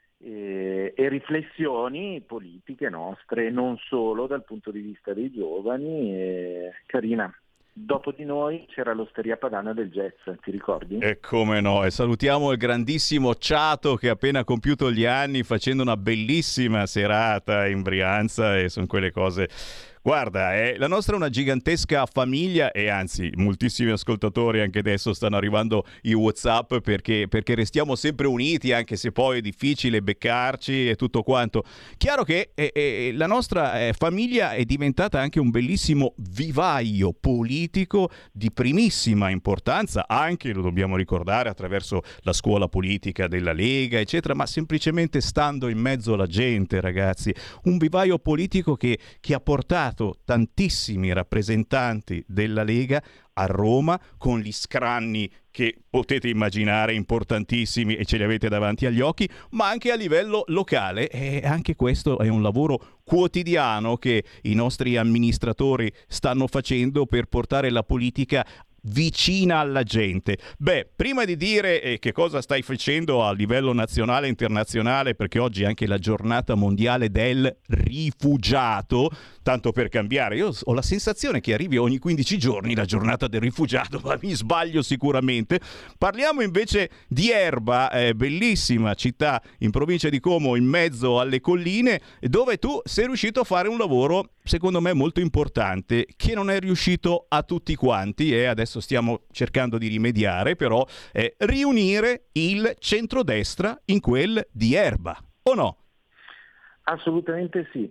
e riflessioni politiche nostre, non solo dal punto di vista dei giovani. Carina. Dopo di noi c'era l'Osteria Padana del Jazz, ti ricordi? E come no, e salutiamo il grandissimo Ciato che ha appena compiuto gli anni facendo una bellissima serata in Brianza, e sono quelle cose... Guarda, la nostra è una gigantesca famiglia, e anzi moltissimi ascoltatori anche adesso stanno arrivando i WhatsApp perché restiamo sempre uniti, anche se poi è difficile beccarci e tutto quanto. Chiaro che la nostra famiglia è diventata anche un bellissimo vivaio politico di primissima importanza, anche, lo dobbiamo ricordare, attraverso la scuola politica della Lega, eccetera, ma semplicemente stando in mezzo alla gente, ragazzi. Un vivaio politico che ha portato tantissimi rappresentanti della Lega a Roma, con gli scranni che potete immaginare importantissimi e ce li avete davanti agli occhi, ma anche a livello locale, e anche questo è un lavoro quotidiano che i nostri amministratori stanno facendo per portare la politica vicina alla gente. Beh, prima di dire che cosa stai facendo a livello nazionale e internazionale, perché oggi è anche la giornata mondiale del rifugiato, tanto per cambiare, io ho la sensazione che arrivi ogni 15 giorni la giornata del rifugiato, ma mi sbaglio sicuramente. Parliamo invece di Erba, bellissima città in provincia di Como, in mezzo alle colline, dove tu sei riuscito a fare un lavoro secondo me molto importante, che non è riuscito a tutti quanti, e adesso stiamo cercando di rimediare, però riunire il centrodestra in quel di Erba, o no? Assolutamente sì.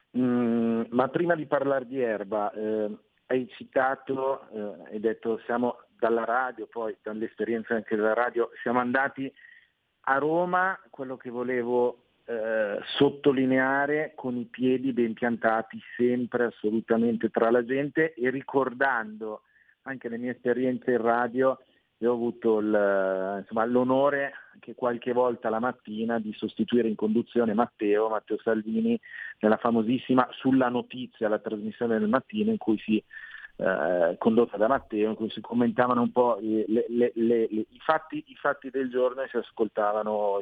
Ma prima di parlare di Erba, hai citato, hai detto siamo dalla radio, poi dall'esperienza anche della radio, siamo andati a Roma. Quello che volevo sottolineare, con i piedi ben piantati sempre assolutamente tra la gente, e ricordando anche le mie esperienze in radio, io ho avuto l'onore che qualche volta la mattina di sostituire in conduzione Matteo Salvini nella famosissima Sulla Notizia, la trasmissione del mattino in cui condotta da Matteo, in cui si commentavano un po' i fatti del giorno e si ascoltavano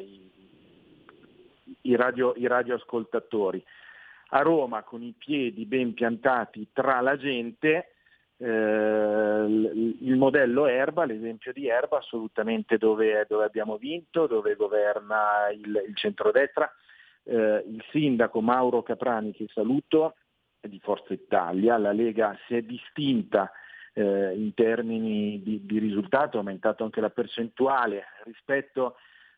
i radioascoltatori. A Roma, con i piedi ben piantati tra la gente, il modello Erba, l'esempio di Erba, assolutamente dove abbiamo vinto, dove governa il centrodestra. Il sindaco Mauro Caprani, che saluto, è di Forza Italia. La Lega si è distinta in termini di risultato, è aumentato anche la percentuale rispetto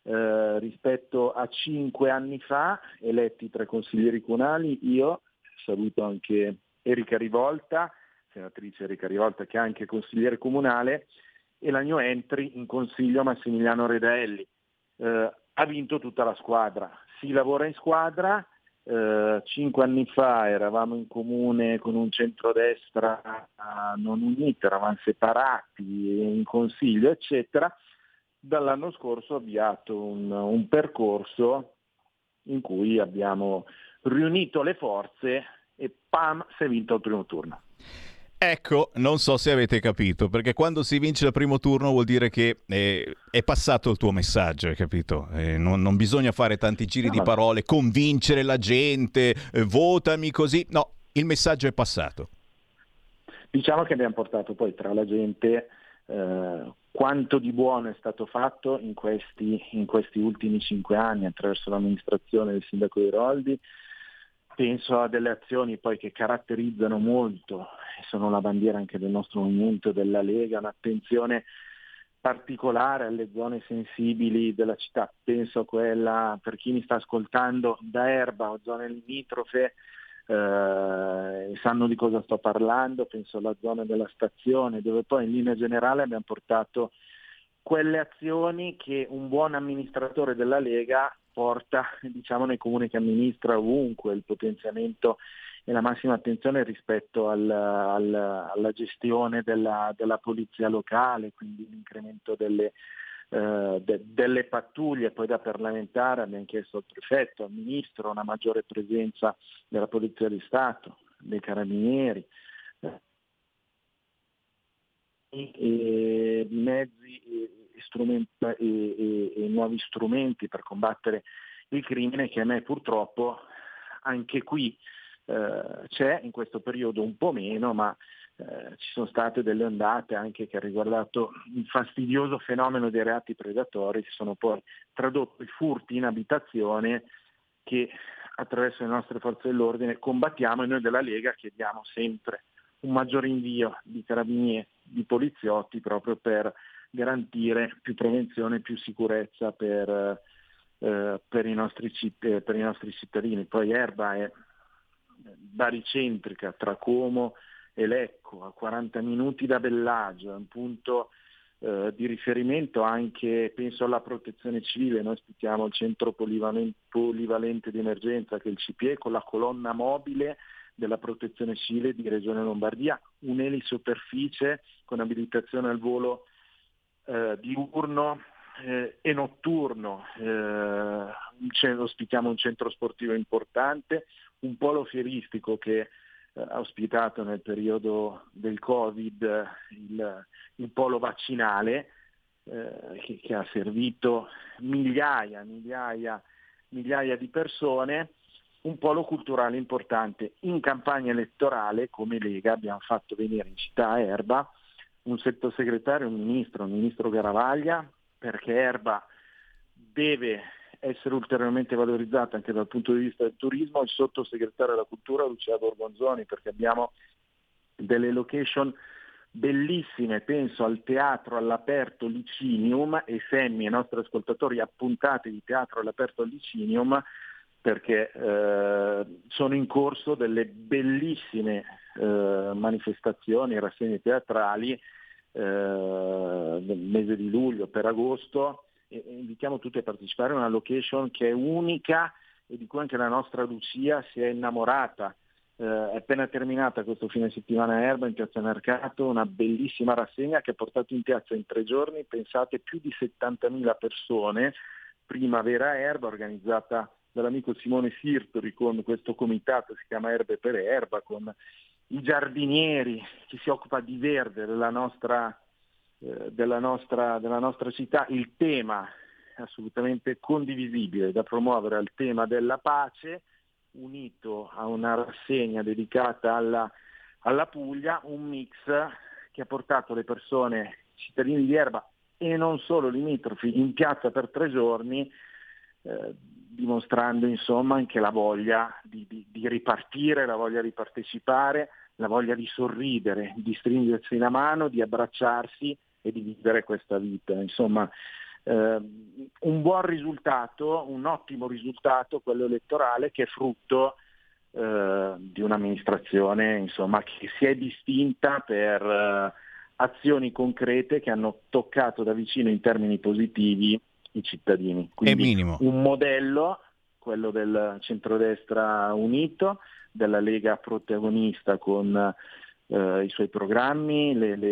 a 5 anni fa, eletti 3 consiglieri comunali. Io saluto anche Erika Rivolta, senatrice Erika Rivolta, che è anche consigliere comunale, e la new entry in consiglio Massimiliano Redaelli. Ha vinto tutta la squadra, si lavora in squadra. 5 anni fa eravamo in comune con un centrodestra non unito, eravamo separati in consiglio, eccetera. Dall'anno scorso ho avviato un percorso in cui abbiamo riunito le forze e pam, si è vinto il primo turno. Ecco, non so se avete capito, perché quando si vince il primo turno vuol dire che è passato il tuo messaggio, hai capito? Non bisogna fare tanti giri di parole, convincere la gente, votami così. No, il messaggio è passato. Diciamo che abbiamo portato poi tra la gente quanto di buono è stato fatto in questi ultimi 5 anni attraverso l'amministrazione del sindaco Iroldi. Penso a delle azioni poi che caratterizzano molto, e sono la bandiera anche del nostro movimento, della Lega, un'attenzione particolare alle zone sensibili della città. Penso a quella, per chi mi sta ascoltando, da Erba o zone limitrofe, sanno di cosa sto parlando. Penso alla zona della stazione, dove poi in linea generale abbiamo portato quelle azioni che un buon amministratore della Lega porta, diciamo, nei comuni che amministra ovunque, il potenziamento e la massima attenzione rispetto alla gestione della polizia locale, quindi l'incremento delle pattuglie. Poi da parlamentare abbiamo chiesto al prefetto, al ministro, una maggiore presenza della Polizia di Stato, dei Carabinieri, e mezzi e nuovi strumenti per combattere il crimine, che a me purtroppo anche qui c'è in questo periodo un po' meno, ma ci sono state delle ondate anche che ha riguardato il fastidioso fenomeno dei reati predatori, che sono poi tradotti furti in abitazione, che attraverso le nostre forze dell'ordine combattiamo, e noi della Lega chiediamo sempre un maggiore invio di carabinieri, di poliziotti, proprio per garantire più prevenzione e più sicurezza per i nostri cittadini. Poi Erba è baricentrica tra Como e Lecco, a 40 minuti da Bellagio, è un punto di riferimento anche, penso, alla protezione civile. Noi ospitiamo il centro polivalente di emergenza, che è il CPE, con la colonna mobile della protezione civile di Regione Lombardia, un'elisoperficie con abilitazione al volo diurno e notturno. Ospitiamo un centro sportivo importante, un polo fieristico che ha ospitato nel periodo del Covid il polo vaccinale, che ha servito migliaia di persone, un polo culturale importante. In campagna elettorale, come Lega, abbiamo fatto venire in città Erba un sottosegretario, un ministro Garavaglia, perché Erba deve essere ulteriormente valorizzata anche dal punto di vista del turismo, il sottosegretario della cultura Lucia Borgonzoni, perché abbiamo delle location bellissime. Penso al teatro all'aperto Licinium, e Semmi, i nostri ascoltatori, appuntate di teatro all'aperto al Licinium, perché sono in corso delle bellissime manifestazioni, rassegne teatrali nel mese di luglio, per agosto, e invitiamo tutti a partecipare a una location che è unica e di cui anche la nostra Lucia si è innamorata. È appena terminata questo fine settimana a Erba, in Piazza Mercato, una bellissima rassegna che ha portato in piazza in 3 giorni, pensate, più di 70.000 persone. Primavera a Erba, organizzata dall'amico Simone Sirtori con questo comitato, si chiama Erbe per Erba, con i giardinieri, chi si occupa di verde della nostra città. Il tema è assolutamente condivisibile, da promuovere al tema della pace, unito a una rassegna dedicata alla Puglia, un mix che ha portato le persone, cittadini di Erba e non solo limitrofi, in piazza per 3 giorni, dimostrando insomma anche la voglia di ripartire, la voglia di partecipare, la voglia di sorridere, di stringersi la mano, di abbracciarsi e di vivere questa vita. Insomma, un buon risultato, un ottimo risultato, quello elettorale, che è frutto di un'amministrazione, insomma, che si è distinta per azioni concrete che hanno toccato da vicino in termini positivi i cittadini. Quindi un modello, quello del centrodestra unito, della Lega protagonista con i suoi programmi,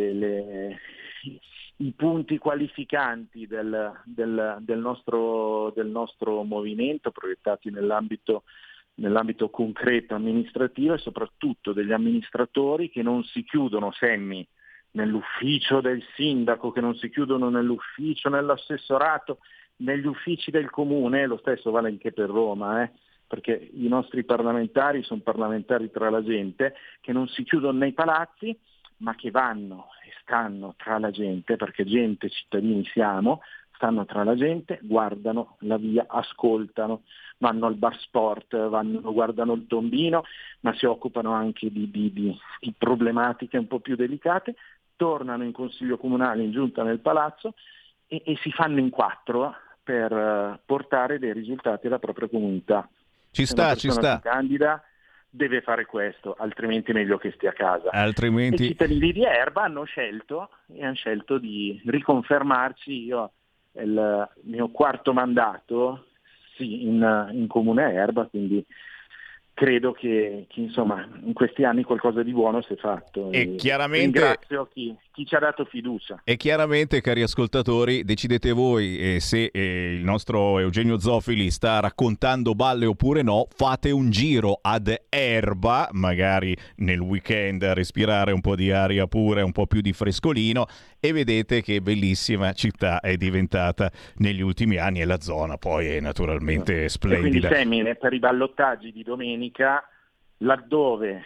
i punti qualificanti del nostro movimento, proiettati nell'ambito concreto amministrativo, e soprattutto degli amministratori che non si chiudono, Semmi, nell'ufficio del sindaco, che non si chiudono nell'ufficio, nell'assessorato, negli uffici del comune. Lo stesso vale anche per Roma, perché i nostri parlamentari sono parlamentari tra la gente, che non si chiudono nei palazzi, ma che vanno e stanno tra la gente, perché gente, cittadini siamo, stanno tra la gente, guardano la via, ascoltano, vanno al bar sport, guardano il tombino, ma si occupano anche di problematiche un po' più delicate, tornano in consiglio comunale, in giunta nel palazzo e si fanno in quattro per portare dei risultati alla propria comunità. Ci Se una sta, persona si candida deve fare questo, altrimenti è meglio che stia a casa. Altrimenti... I cittadini di Erba hanno scelto di riconfermarci. Io il mio quarto mandato in comune Erba, quindi credo che insomma in questi anni qualcosa di buono si è fatto e chiaramente ringrazio chi ci ha dato fiducia. E chiaramente, cari ascoltatori, decidete voi se il nostro Eugenio Zoffili sta raccontando balle oppure no. Fate un giro ad Erba, magari nel weekend, a respirare un po' di aria pura, un po' più di frescolino, e vedete che bellissima città è diventata negli ultimi anni, e la zona poi è naturalmente splendida. E quindi semine per i ballottaggi di domenica, laddove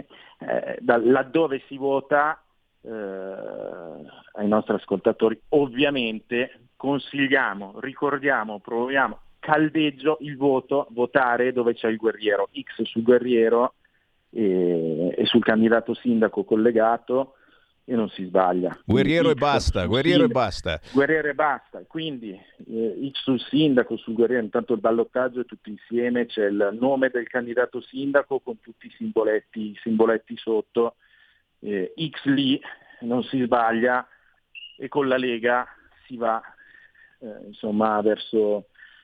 si vota, ai nostri ascoltatori ovviamente consigliamo, ricordiamo, proviamo, caldeggio il voto, votare dove c'è il guerriero, X sul guerriero e sul candidato sindaco collegato, e non si sbaglia. Guerriero e basta, guerriero e basta. Guerriero e basta, quindi X sul sindaco, sul guerriero, intanto il ballottaggio è tutto insieme, c'è il nome del candidato sindaco con tutti i simboletti sotto, X lì, non si sbaglia, e con la Lega si va insomma verso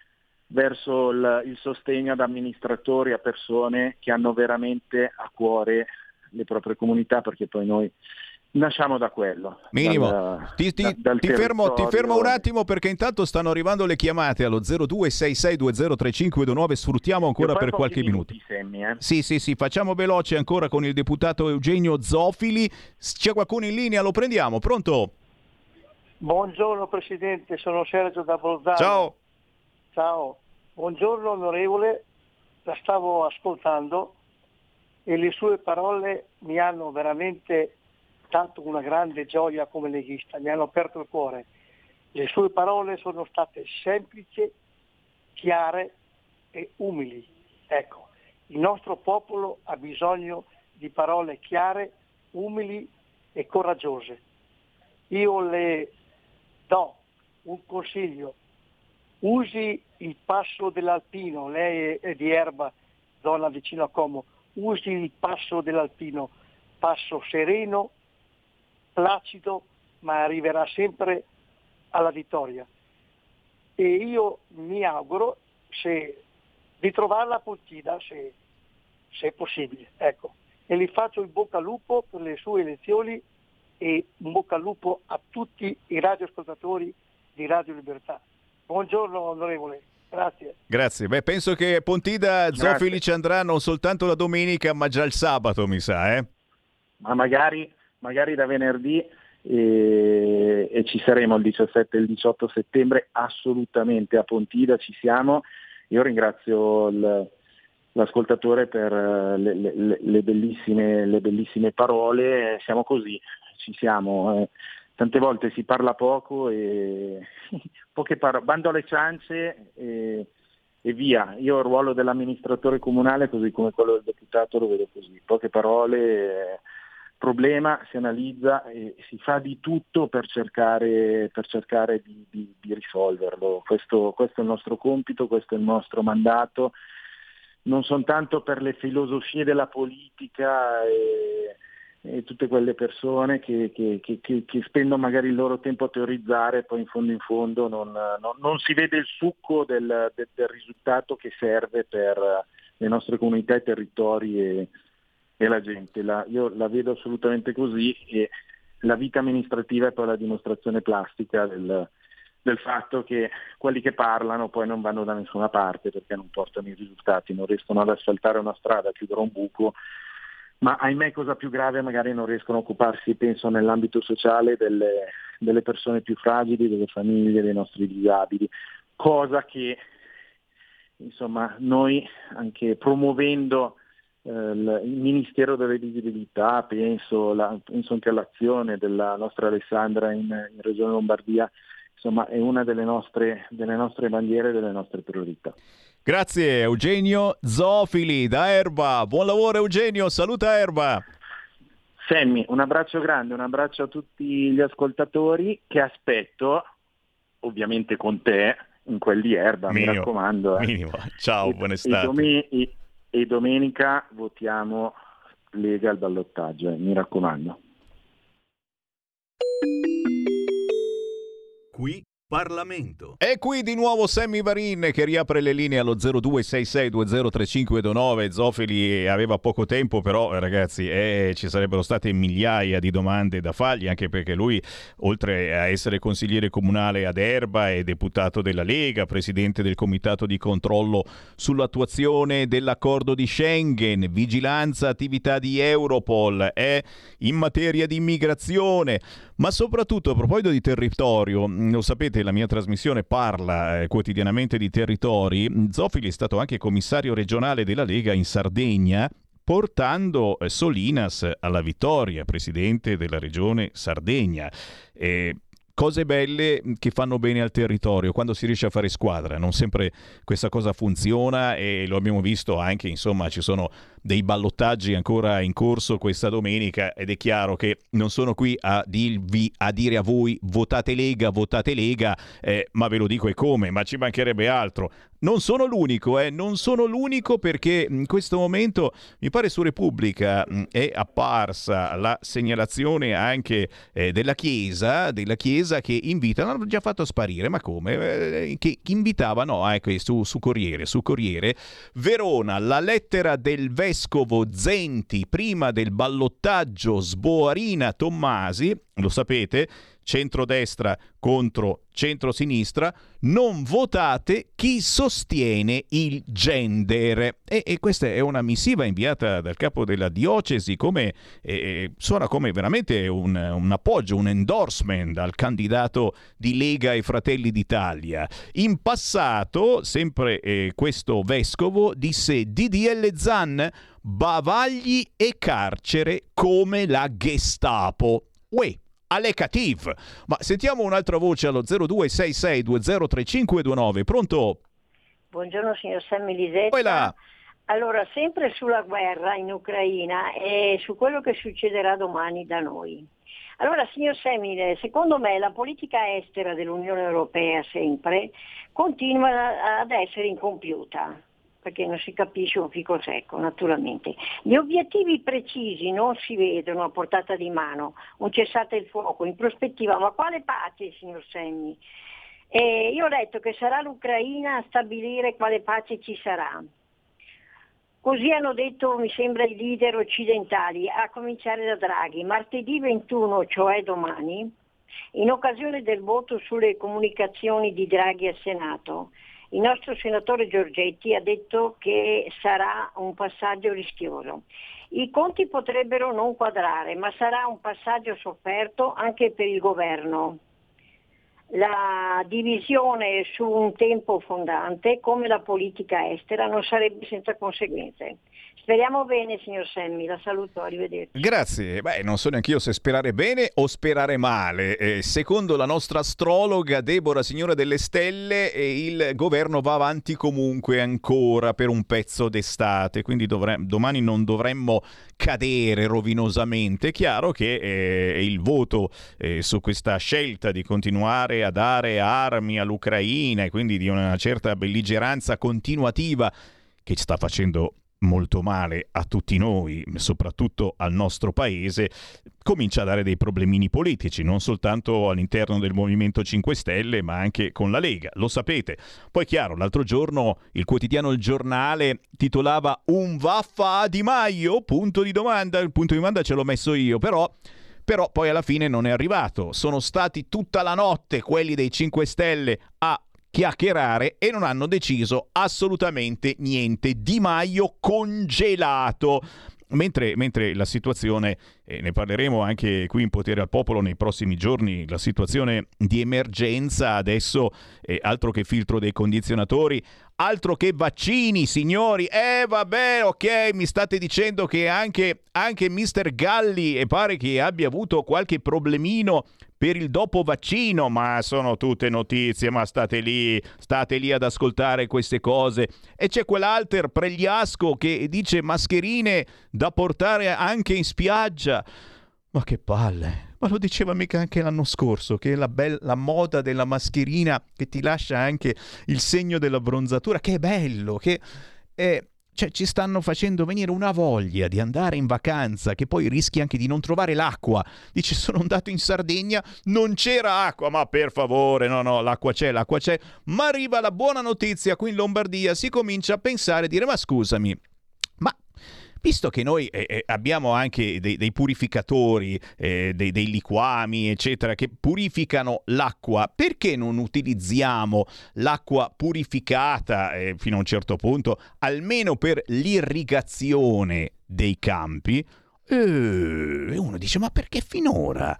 il sostegno ad amministratori, a persone che hanno veramente a cuore le proprie comunità, perché poi noi nasciamo da quello. Minimo. Ti fermo un attimo, perché intanto stanno arrivando le chiamate allo 0266203529. Sfruttiamo ancora per qualche minuto. Sì, facciamo veloce ancora con il deputato Eugenio Zoffili. C'è qualcuno in linea? Lo prendiamo. Pronto? Buongiorno Presidente, sono Sergio da Bolzano. Ciao. Buongiorno onorevole, la stavo ascoltando e le sue parole mi hanno veramente tanto una grande gioia come leghista, mi hanno aperto il cuore. Le sue parole sono state semplici, chiare e umili. Ecco, il nostro popolo ha bisogno di parole chiare, umili e coraggiose. Io le do un consiglio: usi il passo dell'Alpino, lei è di Erba, zona vicino a Como, usi il passo dell'Alpino, passo sereno, placido, ma arriverà sempre alla vittoria. E io mi auguro di trovarla a Pontida, se è possibile. Ecco. E gli faccio il bocca al lupo per le sue elezioni e un bocca al lupo a tutti i radioascoltatori di Radio Libertà. Buongiorno onorevole, grazie. Grazie. Beh, penso che Pontida Zoffili ci andrà non soltanto la domenica, ma già il sabato, mi sa, eh? Ma magari da venerdì, e ci saremo il 17 e il 18 settembre assolutamente a Pontida, ci siamo. Io ringrazio l'ascoltatore per le bellissime parole. Siamo così, ci siamo. Tante volte si parla poco e bando alle ciance e via. Io il ruolo dell'amministratore comunale, così come quello del deputato, lo vedo così: poche parole, problema, si analizza e si fa di tutto per cercare di risolverlo. Questo è il nostro compito, questo è il nostro mandato. Non soltanto per le filosofie della politica e tutte quelle persone che spendono magari il loro tempo a teorizzare, poi in fondo non si vede il succo del risultato che serve per le nostre comunità, i territori e la gente. Io la vedo assolutamente così, e la vita amministrativa è poi la dimostrazione plastica del fatto che quelli che parlano poi non vanno da nessuna parte, perché non portano i risultati, non riescono ad asfaltare una strada, a chiudere un buco, ma ahimè, cosa più grave, magari non riescono a occuparsi, penso, nell'ambito sociale delle persone più fragili, delle famiglie, dei nostri disabili, cosa che insomma noi, anche promuovendo il Ministero delle Visibilità, penso anche all'azione della nostra Alessandra in Regione Lombardia, insomma è una delle nostre bandiere e delle nostre priorità. Grazie Eugenio Zofili da Erba, buon lavoro Eugenio, saluta Erba. Sammy, un abbraccio grande, un abbraccio a tutti gli ascoltatori che aspetto ovviamente con te in quel di Erba, mi raccomando. Minimo. Ciao, buona estate. E domenica votiamo Lega al ballottaggio, mi raccomando. Qui Parlamento. E qui di nuovo Sammy Varin che riapre le linee allo 0266203529. Zofili aveva poco tempo, però ragazzi ci sarebbero state migliaia di domande da fargli, anche perché lui, oltre a essere consigliere comunale ad Erba, è deputato della Lega, presidente del comitato di controllo sull'attuazione dell'accordo di Schengen, vigilanza attività di Europol, è in materia di immigrazione, ma soprattutto a proposito di territorio, lo sapete, la mia trasmissione parla quotidianamente di territori. Zofili è stato anche commissario regionale della Lega in Sardegna, portando Solinas alla vittoria, presidente della regione Sardegna. Cose belle che fanno bene al territorio quando si riesce a fare squadra. Non sempre questa cosa funziona e lo abbiamo visto anche, insomma, ci sono dei ballottaggi ancora in corso questa domenica ed è chiaro che non sono qui a dire a voi votate Lega, ma ve lo dico e come, ma ci mancherebbe altro. Non sono l'unico, perché in questo momento mi pare su Repubblica è apparsa la segnalazione anche della Chiesa che invita, l'hanno già fatto sparire, ma come? Che invitava, su Corriere, Verona, la lettera del vescovo Zenti prima del ballottaggio Sboarina-Tommasi, lo sapete, centrodestra contro centrosinistra, non votate chi sostiene il gender. E questa è una missiva inviata dal capo della diocesi, suona come veramente un appoggio, un endorsement al candidato di Lega e Fratelli d'Italia. In passato, sempre questo vescovo disse DDL Zan, bavagli e carcere come la Gestapo. Uè, alle cativ. Ma sentiamo un'altra voce allo 0266203529. Pronto? Buongiorno signor Sammy Lisetta. Là. Allora, sempre sulla guerra in Ucraina e su quello che succederà domani da noi. Allora, signor Sammy, secondo me la politica estera dell'Unione Europea sempre continua ad essere incompiuta, perché non si capisce un fico secco, naturalmente. Gli obiettivi precisi non si vedono a portata di mano, un cessate il fuoco in prospettiva, ma quale pace, signor Sammy? Io ho letto che sarà l'Ucraina a stabilire quale pace ci sarà. Così hanno detto, mi sembra, i leader occidentali, a cominciare da Draghi. Martedì 21, cioè domani, in occasione del voto sulle comunicazioni di Draghi al Senato, il nostro senatore Giorgetti ha detto che sarà un passaggio rischioso. I conti potrebbero non quadrare, ma sarà un passaggio sofferto anche per il governo. La divisione su un tempo fondante, come la politica estera, non sarebbe senza conseguenze. Speriamo bene, signor Sammy, la saluto, arrivederci. Grazie. Non so neanche io se sperare bene o sperare male. Secondo la nostra astrologa Deborah, signora delle stelle, il governo va avanti comunque ancora per un pezzo d'estate, quindi domani non dovremmo cadere rovinosamente. È chiaro che il voto su questa scelta di continuare a dare armi all'Ucraina e quindi di una certa belligeranza continuativa che sta facendo molto male a tutti noi, soprattutto al nostro paese, comincia a dare dei problemini politici, non soltanto all'interno del Movimento 5 Stelle, ma anche con la Lega, lo sapete. Poi chiaro, l'altro giorno il quotidiano Il Giornale titolava "Un vaffa a Di Maio?" Punto di domanda, il punto di domanda ce l'ho messo io, però poi alla fine non è arrivato. Sono stati tutta la notte quelli dei 5 Stelle a chiacchierare e non hanno deciso assolutamente niente. Di Maio congelato. Mentre la situazione ne parleremo anche qui in Potere al Popolo nei prossimi giorni, la situazione di emergenza adesso, altro che filtro dei condizionatori, altro che vaccini, signori. Vabbè, ok, mi state dicendo che anche Mr. Galli pare che abbia avuto qualche problemino per il dopo vaccino, ma sono tutte notizie, ma state lì ad ascoltare queste cose. E c'è quell'alter Pregliasco che dice mascherine da portare anche in spiaggia. Ma che palle! Ma lo diceva mica anche l'anno scorso, che la moda della mascherina che ti lascia anche il segno della bronzatura, che è bello, che cioè ci stanno facendo venire una voglia di andare in vacanza, che poi rischi anche di non trovare l'acqua. Dice, sono andato in Sardegna, non c'era acqua, ma per favore, no, l'acqua c'è, ma arriva la buona notizia, qui in Lombardia si comincia a pensare, dire, ma scusami, ma visto che noi abbiamo anche dei purificatori, dei liquami, eccetera, che purificano l'acqua, perché non utilizziamo l'acqua purificata fino a un certo punto, almeno per l'irrigazione dei campi? E uno dice, ma perché finora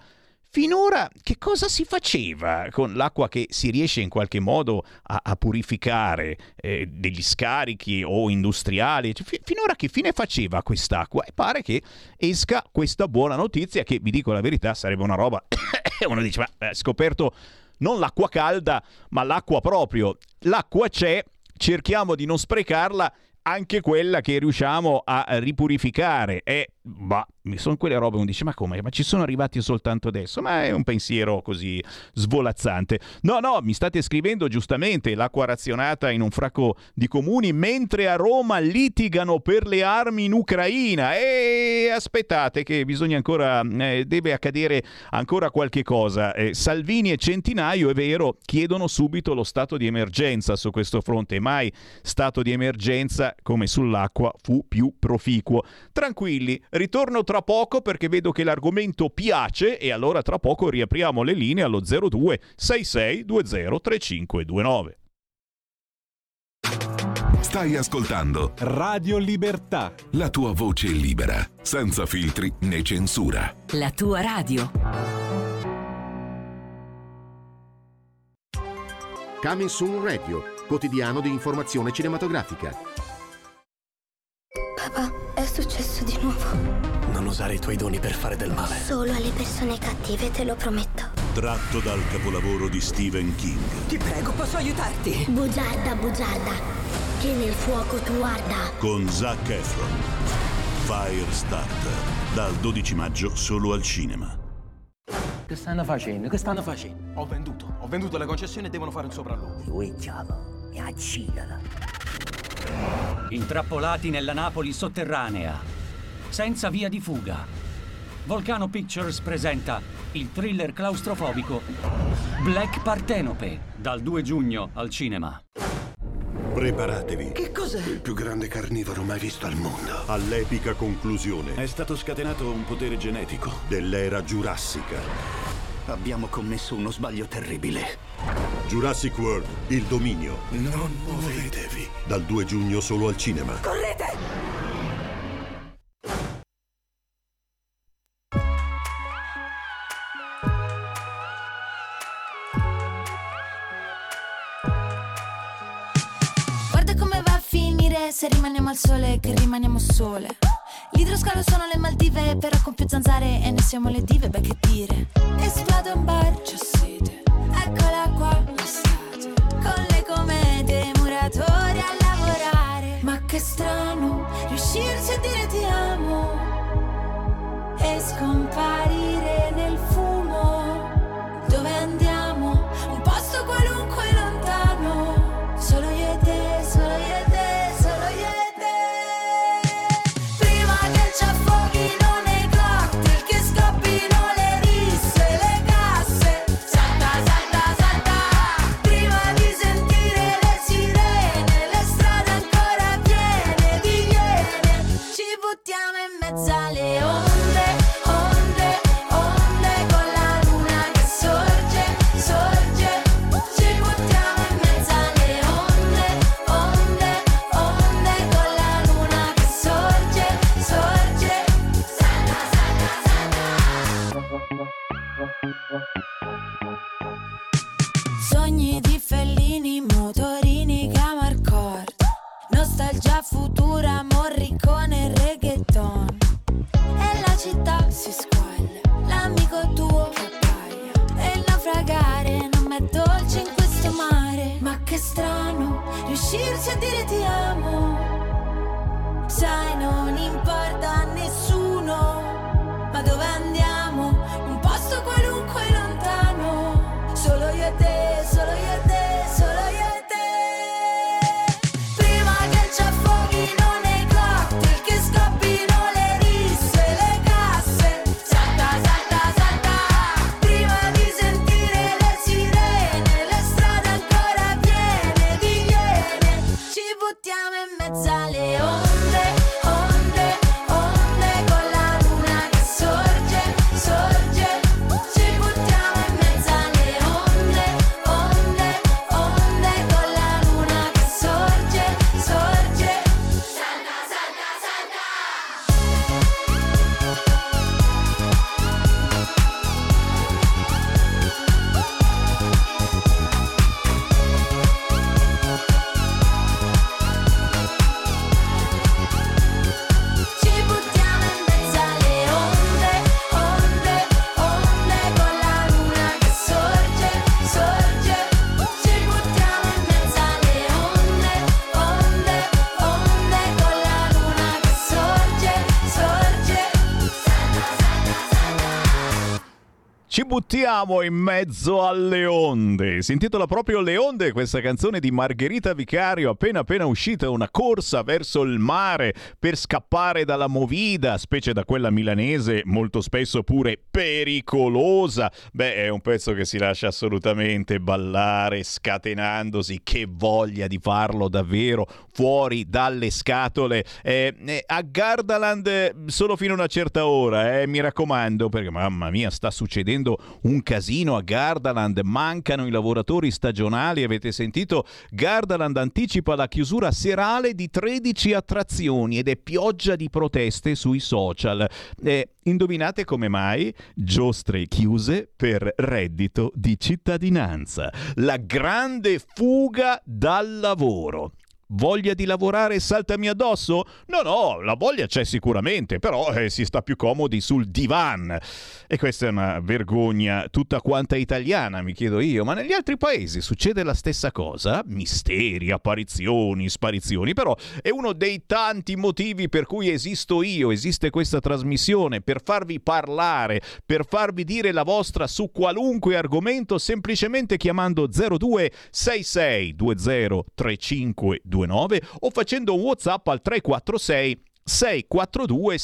che cosa si faceva con l'acqua che si riesce in qualche modo a purificare degli scarichi o industriali? Finora che fine faceva quest'acqua? E pare che esca questa buona notizia che, vi dico la verità, sarebbe una roba uno dice, ma scoperto non l'acqua calda ma l'acqua proprio. L'acqua c'è, cerchiamo di non sprecarla, anche quella che riusciamo a ripurificare. Sono quelle robe uno dice, ma come? Ma ci sono arrivati soltanto adesso? Ma è un pensiero così svolazzante. No, mi state scrivendo giustamente, l'acqua razionata in un fracco di comuni, mentre a Roma litigano per le armi in Ucraina. E aspettate che bisogna ancora, deve accadere ancora qualche cosa. Salvini e Centinaio, è vero, chiedono subito lo stato di emergenza su questo fronte. Mai stato di emergenza come sull'acqua fu più proficuo. Tranquilli, ritorno tra poco perché vedo che l'argomento piace e allora tra poco riapriamo le linee allo 02 66 20 3529. Stai ascoltando Radio Libertà, la tua voce libera, senza filtri né censura. La tua radio. Coming Soon Radio, quotidiano di informazione cinematografica. Papà, è successo di nuovo. Non usare i tuoi doni per fare del male. Solo alle persone cattive, te lo prometto. Tratto dal capolavoro di Stephen King. Ti prego, posso aiutarti? Bugiarda, che nel fuoco tu arda. Con Zac Efron. Firestarter. Dal 12 maggio solo al cinema. Che stanno facendo? Ho venduto la concessione e devono fare un sopralluogo. Mi accidala. Intrappolati nella Napoli sotterranea, senza via di fuga. Volcano Pictures presenta il thriller claustrofobico Black Partenope, dal 2 giugno al cinema. Preparatevi. Che cos'è? Il più grande carnivoro mai visto al mondo. All'epica conclusione è stato scatenato un potere genetico dell'era giurassica. Abbiamo commesso uno sbaglio terribile. Jurassic World, il dominio. Non muovetevi. Dal 2 giugno solo al cinema. Correte! Guarda come va a finire se rimaniamo al sole, che rimaniamo sole. L'idroscalo sono le Maldive, però con più zanzare e noi siamo le dive, beh che dire. Esplode un bar, c'è sete, eccola qua, l'estate. Con le comete, muratori a lavorare. Ma che strano, riuscirsi a dire ti amo e scomparire nel fumo. Dove andiamo? Un posto qualunque lontano. Solo io e te, solo io e te, solo io e te. Prima che ci affoghino nei cocktail, che scoppino le risse, le casse. Salta, salta, salta. Prima di sentire le sirene, le strade ancora piene di iene. Ci buttiamo in mezzo alle onde, onde, a dire ti amo. Sai, non importa a nessuno, ma dove andiamo? Un posto qualunque lontano. Solo io e te, solo io e te, solo io e te. Prima che ci affoghino nei cocktail, che scoppino le risse e le casse. Salta, salta, salta. Prima di sentire le sirene, le strade ancora piene di iene. Ci buttiamo in mezzo alle onde, onde, onde, con la luna che sorge, sorge. Ci buttiamo in mezzo alle onde, onde, onde, con la luna che sorge, sorge. Salta, salta, salta. Ci buttiamo in mezzo alle onde, onde, onde, con la luna che sorge, sorge. Ci buttiamo in mezzo alle onde, onde, onde, con la luna che sorge, sorge. Ci buttiamo in mezzo alle onde. Si intitola proprio Le onde questa canzone di Margherita Vicario, appena uscita, una corsa verso il mare per scappare dalla movida, specie da quella milanese, molto spesso pure pericolosa. Beh, è un pezzo che si lascia assolutamente ballare, scatenandosi. Che voglia di farlo davvero fuori dalle scatole. A Gardaland solo fino a una certa ora, mi raccomando, perché mamma mia, sta succedendo un casino a Gardaland, mancano i lavoratori stagionali, avete sentito? Gardaland anticipa la chiusura serale di 13 attrazioni ed è pioggia di proteste sui social. Indovinate come mai? Giostre chiuse per reddito di cittadinanza. La grande fuga dal lavoro. Voglia di lavorare saltami addosso? No, la voglia c'è sicuramente, però si sta più comodi sul divan. E questa è una vergogna tutta quanta italiana, mi chiedo io. Ma negli altri paesi succede la stessa cosa? Misteri, apparizioni, sparizioni. Però è uno dei tanti motivi per cui esisto io, esiste questa trasmissione, per farvi parlare, per farvi dire la vostra su qualunque argomento, semplicemente chiamando 0266203529 o facendo un WhatsApp al 346 642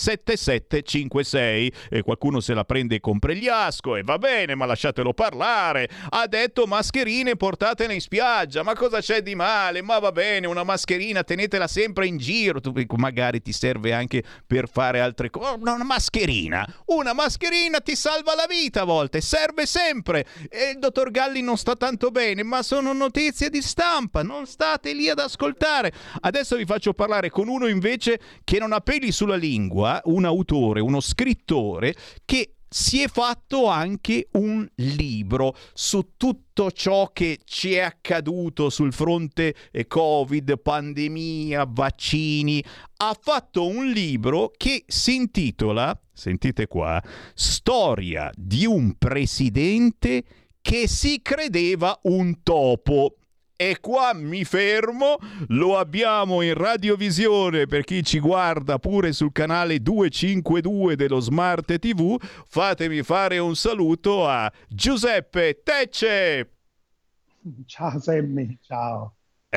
7756. E qualcuno se la prende con Pregliasco e va bene, ma lasciatelo parlare. Ha detto mascherine portatele in spiaggia, ma cosa c'è di male? Ma va bene, una mascherina tenetela sempre in giro, magari ti serve anche per fare altre cose. Una mascherina ti salva la vita a volte, serve sempre. E il dottor Galli non sta tanto bene, ma sono notizie di stampa, non state lì ad ascoltare. Adesso vi faccio parlare con uno invece che non ha peli sulla lingua, un autore, uno scrittore che si è fatto anche un libro su tutto ciò che ci è accaduto sul fronte Covid, pandemia, vaccini. Ha fatto un libro che si intitola, sentite qua, Storia di un presidente che si credeva un topo. E qua mi fermo, lo abbiamo in radiovisione per chi ci guarda pure sul canale 252 dello Smart TV. Fatemi fare un saluto a Giuseppe Tecce. Ciao Sammy, ciao.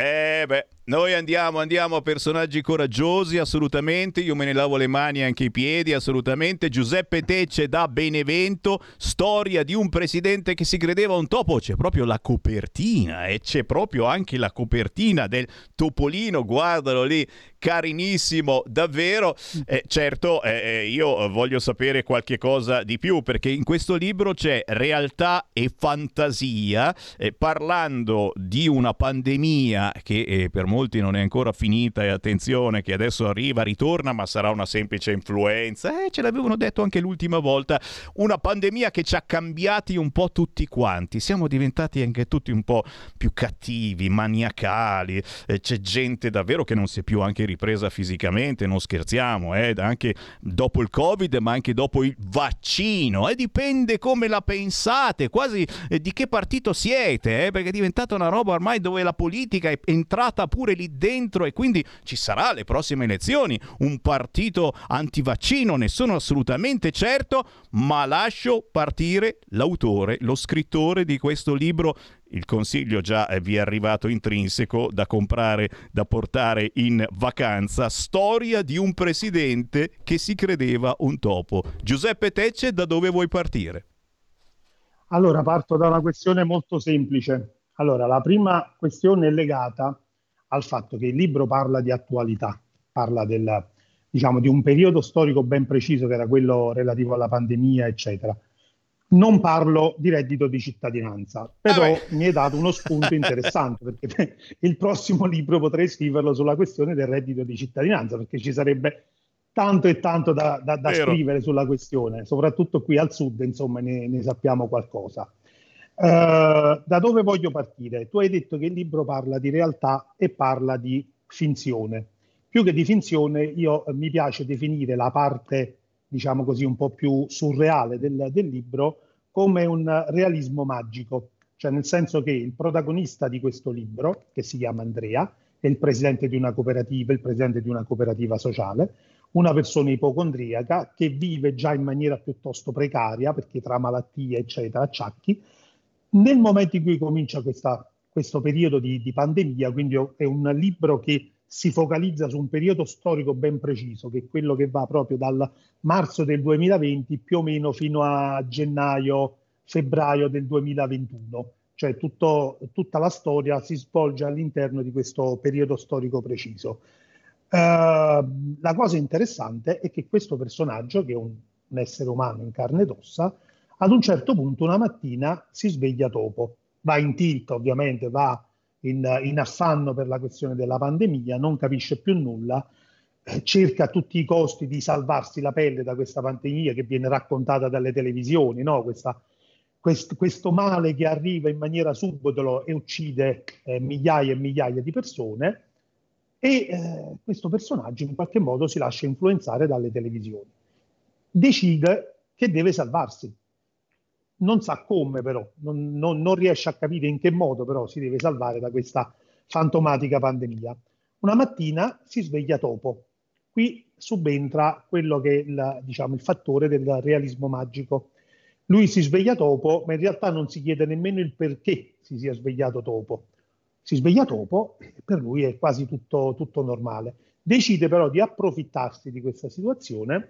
Noi andiamo a personaggi coraggiosi, assolutamente. Io me ne lavo le mani e anche i piedi, assolutamente. Giuseppe Tecce da Benevento, storia di un presidente che si credeva un topo. C'è proprio la copertina e c'è proprio anche la copertina del topolino, guardalo lì, carinissimo, davvero. Certo, io voglio sapere qualche cosa di più, perché in questo libro c'è realtà e fantasia, parlando di una pandemia che per molti non è ancora finita, e attenzione che adesso arriva, ritorna, ma sarà una semplice influenza, ce l'avevano detto anche l'ultima volta, una pandemia che ci ha cambiati un po' tutti quanti, siamo diventati anche tutti un po' più cattivi, maniacali, c'è gente davvero che non si è più anche ripresa fisicamente, non scherziamo, anche dopo il Covid, ma anche dopo il vaccino, dipende come la pensate, quasi di che partito siete, perché è diventata una roba ormai dove la politica è entrata pure pure lì dentro, e quindi ci sarà alle prossime elezioni un partito antivaccino, ne sono assolutamente certo, ma lascio partire l'autore, lo scrittore di questo libro. Il consiglio già vi è arrivato intrinseco, da comprare, da portare in vacanza. Storia di un presidente che si credeva un topo. Giuseppe Tecce, da dove vuoi partire? Allora, parto da una questione molto semplice. Allora, la prima questione è legata al fatto che il libro parla di attualità, parla di un periodo storico ben preciso, che era quello relativo alla pandemia, eccetera. Non parlo di reddito di cittadinanza, però mi hai dato uno spunto interessante, perché il prossimo libro potrei scriverlo sulla questione del reddito di cittadinanza, perché ci sarebbe tanto e tanto da scrivere sulla questione, soprattutto qui al sud, insomma, ne sappiamo qualcosa. Da dove voglio partire? Tu hai detto che il libro parla di realtà e parla di finzione. Più che di finzione, mi piace definire la parte, diciamo così, un po' più surreale del libro come un realismo magico, cioè nel senso che il protagonista di questo libro, che si chiama Andrea, è il presidente di una cooperativa sociale, una persona ipocondriaca che vive già in maniera piuttosto precaria, perché tra malattie, eccetera, acciacchi. Nel momento in cui comincia questo periodo di pandemia, quindi è un libro che si focalizza su un periodo storico ben preciso, che è quello che va proprio dal marzo del 2020 più o meno fino a gennaio-febbraio del 2021. Cioè tutta la storia si svolge all'interno di questo periodo storico preciso. La cosa interessante è che questo personaggio, che è un essere umano in carne ed ossa, ad un certo punto una mattina si sveglia topo, va in tilt ovviamente, va in affanno per la questione della pandemia, non capisce più nulla, cerca a tutti i costi di salvarsi la pelle da questa pandemia che viene raccontata dalle televisioni, no? Questo male che arriva in maniera subdola e uccide migliaia e migliaia di persone, e questo personaggio in qualche modo si lascia influenzare dalle televisioni. Decide che deve salvarsi. Non sa come, però, non riesce a capire in che modo, però si deve salvare da questa fantomatica pandemia. Una mattina si sveglia topo. Qui subentra quello che è il fattore del realismo magico. Lui si sveglia topo, ma in realtà non si chiede nemmeno il perché si sia svegliato topo. Si sveglia topo e per lui è quasi tutto normale. Decide però di approfittarsi di questa situazione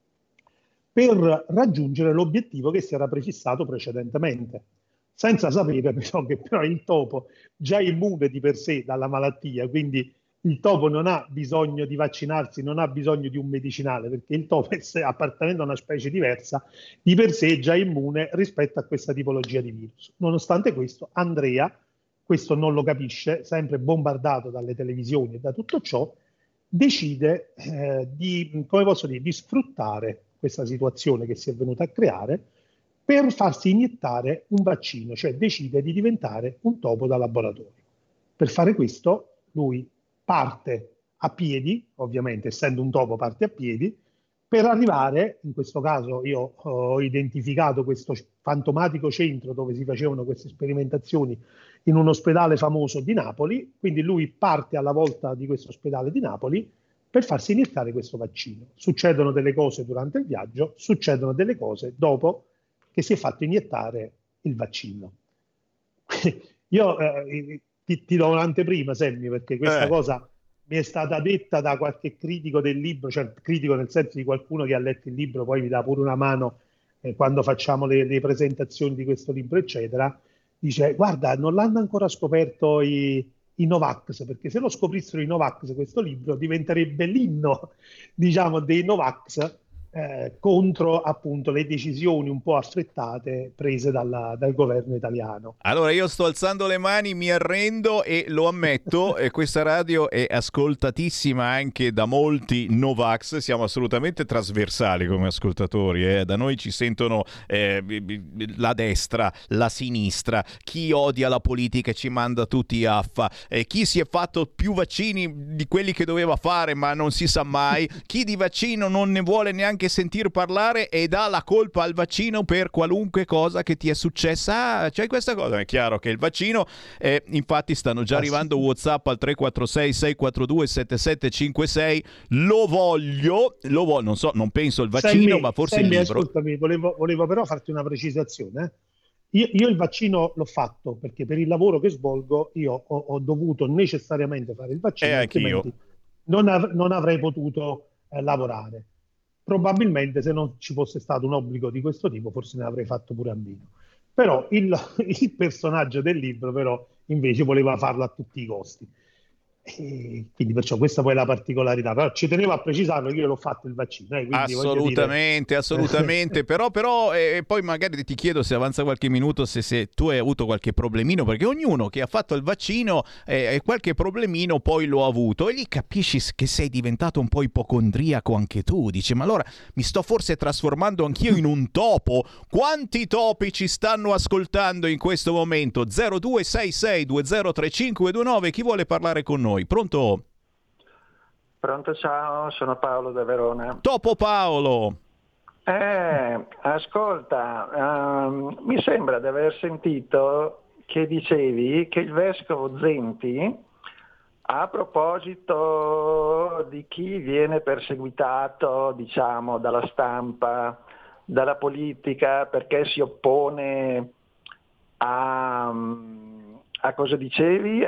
per raggiungere l'obiettivo che si era prefissato precedentemente, senza sapere però che il topo già è immune di per sé dalla malattia, quindi il topo non ha bisogno di vaccinarsi, non ha bisogno di un medicinale, perché il topo, appartenendo a una specie diversa, di per sé è già immune rispetto a questa tipologia di virus. Nonostante questo, Andrea, questo non lo capisce, sempre bombardato dalle televisioni e da tutto ciò, decide di sfruttare questa situazione che si è venuta a creare per farsi iniettare un vaccino, cioè decide di diventare un topo da laboratorio. Per fare questo lui parte a piedi, ovviamente essendo un topo parte a piedi, per arrivare, in questo caso io ho identificato questo fantomatico centro dove si facevano queste sperimentazioni in un ospedale famoso di Napoli, quindi lui parte alla volta di questo ospedale di Napoli per farsi iniettare questo vaccino. Succedono delle cose durante il viaggio, succedono delle cose dopo che si è fatto iniettare il vaccino. Io ti do un'anteprima, Sammy, perché questa cosa mi è stata detta da qualche critico del libro, cioè critico nel senso di qualcuno che ha letto il libro, poi mi dà pure una mano quando facciamo le presentazioni di questo libro, eccetera. Dice, guarda, non l'hanno ancora scoperto i Novax, perché se lo scoprissero i Novax questo libro diventerebbe l'inno, diciamo, dei Novax contro appunto le decisioni un po' affrettate prese dal governo italiano. Allora io sto alzando le mani, mi arrendo e lo ammetto, questa radio è ascoltatissima anche da molti Novax, siamo assolutamente trasversali come ascoltatori, da noi ci sentono la destra, la sinistra, chi odia la politica ci manda tutti affa, chi si è fatto più vaccini di quelli che doveva fare ma non si sa mai, chi di vaccino non ne vuole neanche anche sentir parlare e dà la colpa al vaccino per qualunque cosa che ti è successa. C'è questa cosa, è chiaro che il vaccino, infatti stanno già arrivando WhatsApp al 346 642 7756. Lo voglio, non so, non penso il vaccino, ma forse il libro. Ascoltami, volevo però farti una precisazione. Io il vaccino l'ho fatto perché per il lavoro che svolgo io ho dovuto necessariamente fare il vaccino, altrimenti non avrei potuto lavorare. Probabilmente se non ci fosse stato un obbligo di questo tipo forse ne avrei fatto pure a meno. Però il personaggio del libro però invece voleva farlo a tutti i costi. E quindi perciò questa poi è la particolarità, però ci tenevo a precisarlo che io l'ho fatto il vaccino, assolutamente però poi magari ti chiedo, se avanza qualche minuto, se tu hai avuto qualche problemino, perché ognuno che ha fatto il vaccino qualche problemino poi lo ha avuto, e lì capisci che sei diventato un po' ipocondriaco anche tu, dici ma allora mi sto forse trasformando anch'io in un topo. Quanti topi ci stanno ascoltando in questo momento? 0266 203529, chi vuole parlare con noi? Pronto? Pronto, ciao, sono Paolo da Verona. Topo Paolo! Ascolta, mi sembra di aver sentito che dicevi che il vescovo Zenti, a proposito di chi viene perseguitato, diciamo, dalla stampa, dalla politica, perché si oppone a cosa dicevi?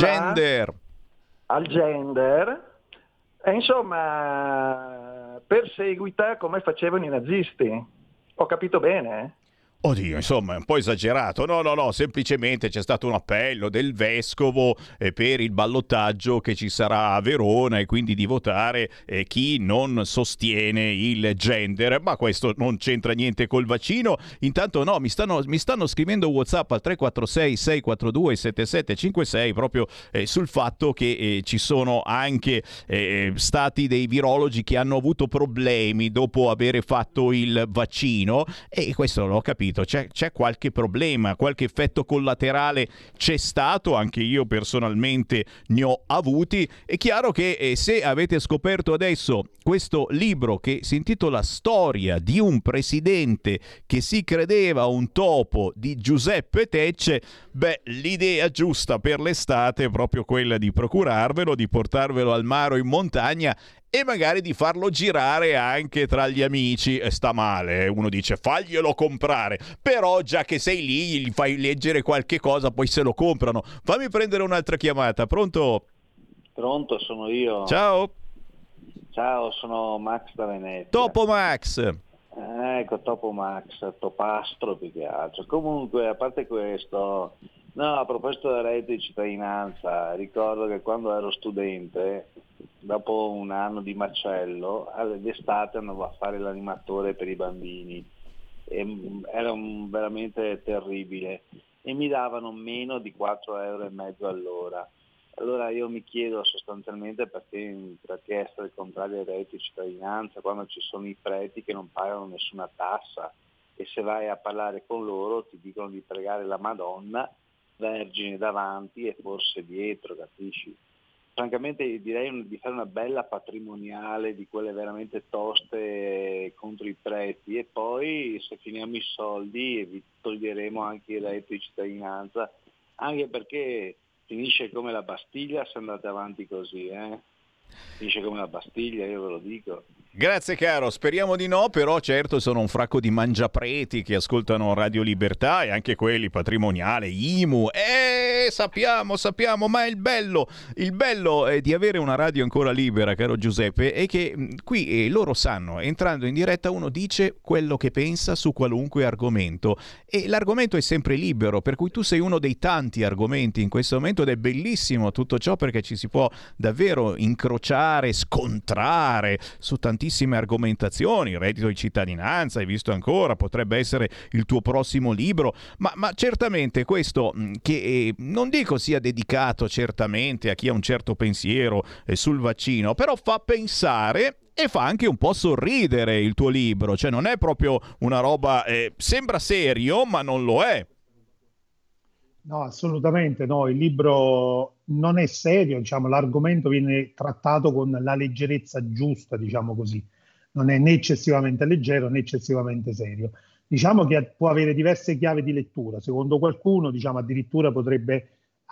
Al gender, e insomma perseguita come facevano i nazisti. Ho capito bene? Oddio, insomma, è un po' esagerato. No, semplicemente c'è stato un appello del vescovo per il ballottaggio che ci sarà a Verona, e quindi di votare chi non sostiene il gender. Ma questo non c'entra niente col vaccino. Intanto mi stanno scrivendo WhatsApp al 346 642 7756 proprio sul fatto che ci sono anche stati dei virologi che hanno avuto problemi dopo avere fatto il vaccino, e questo l'ho capito. C'è qualche problema, qualche effetto collaterale c'è stato, anche io personalmente ne ho avuti. È chiaro che se avete scoperto adesso questo libro che si intitola Storia di un presidente che si credeva un topo, di Giuseppe Tecce, l'idea giusta per l'estate è proprio quella di procurarvelo, di portarvelo al mare o in montagna, e magari di farlo girare anche tra gli amici. Sta male, uno dice faglielo comprare, però già che sei lì gli fai leggere qualche cosa, poi se lo comprano. Fammi prendere un'altra chiamata. Pronto? Pronto, sono io. Ciao, sono Max da Venezia. Topo Max. Ecco, Topo Max, Topastro più che altro. Comunque, a parte questo, a proposito del reddito di cittadinanza, ricordo che quando ero studente, dopo un anno di macello, all'estate andavo a fare l'animatore per i bambini, e era veramente terribile, e mi davano meno di 4,5 € all'ora. Allora io mi chiedo sostanzialmente perché essere contrario al reddito di cittadinanza quando ci sono i preti che non pagano nessuna tassa, e se vai a parlare con loro ti dicono di pregare la Madonna, Vergine davanti e forse dietro, capisci? Francamente direi di fare una bella patrimoniale di quelle veramente toste contro i preti, e poi se finiamo i soldi vi toglieremo anche il reddito di cittadinanza, anche perché finisce come la Bastiglia se andate avanti così, Finisce come la Bastiglia, io ve lo dico. Grazie caro, speriamo di no, però certo sono un fracco di mangiapreti che ascoltano Radio Libertà, e anche quelli patrimoniale, IMU, sappiamo, ma il bello è di avere una radio ancora libera, caro Giuseppe, è che qui loro sanno, entrando in diretta uno dice quello che pensa su qualunque argomento, e l'argomento è sempre libero, per cui tu sei uno dei tanti argomenti in questo momento, ed è bellissimo tutto ciò perché ci si può davvero incrociare, scontrare su tantissime argomentazioni. Reddito di cittadinanza, hai visto ancora, potrebbe essere il tuo prossimo libro, ma certamente questo che non dico sia dedicato certamente a chi ha un certo pensiero sul vaccino, però fa pensare e fa anche un po' sorridere il tuo libro, cioè non è proprio una roba, sembra serio ma non lo è. No, assolutamente no, il libro non è serio, diciamo, l'argomento viene trattato con la leggerezza giusta, diciamo così. non è né eccessivamente leggero né eccessivamente serio. Diciamo che può avere diverse chiavi di lettura. Secondo qualcuno, diciamo, addirittura potrebbe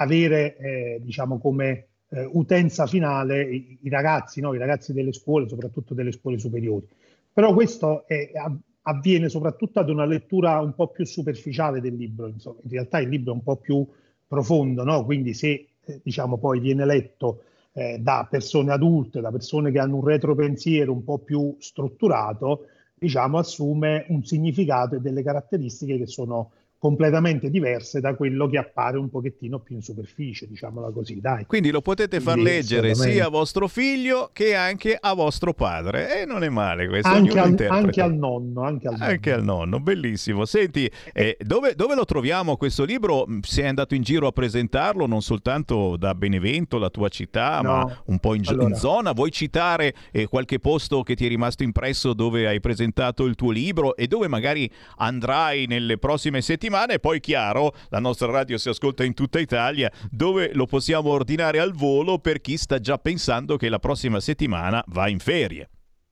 avere diciamo, come utenza finale i ragazzi, no? I ragazzi delle scuole, soprattutto delle scuole superiori. Però questo avviene soprattutto ad una lettura un po' più superficiale del libro. Insomma, in realtà il libro è un po' più profondo, no? Quindi se diciamo poi viene letto da persone adulte, da persone che hanno un retropensiero un po' più strutturato, diciamo assume un significato e delle caratteristiche che sono completamente diverse da quello che appare un pochettino più in superficie, diciamola così, dai. Quindi lo potete far leggere sia a vostro figlio che anche a vostro padre, e non è male questo. Anche al nonno. Anche al nonno, bellissimo. Senti, dove lo troviamo questo libro? Sei andato in giro a presentarlo, non soltanto da Benevento, la tua città, no, ma un po' in zona? Vuoi citare qualche posto che ti è rimasto impresso dove hai presentato il tuo libro e dove magari andrai nelle prossime settimane? E poi, chiaro, la nostra radio si ascolta in tutta Italia, dove lo possiamo ordinare al volo per chi sta già pensando che la prossima settimana va in ferie.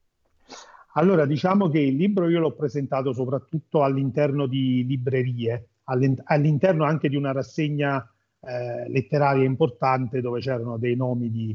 Allora, diciamo che il libro io l'ho presentato soprattutto all'interno di librerie, all'interno anche di una rassegna letteraria importante dove c'erano dei nomi di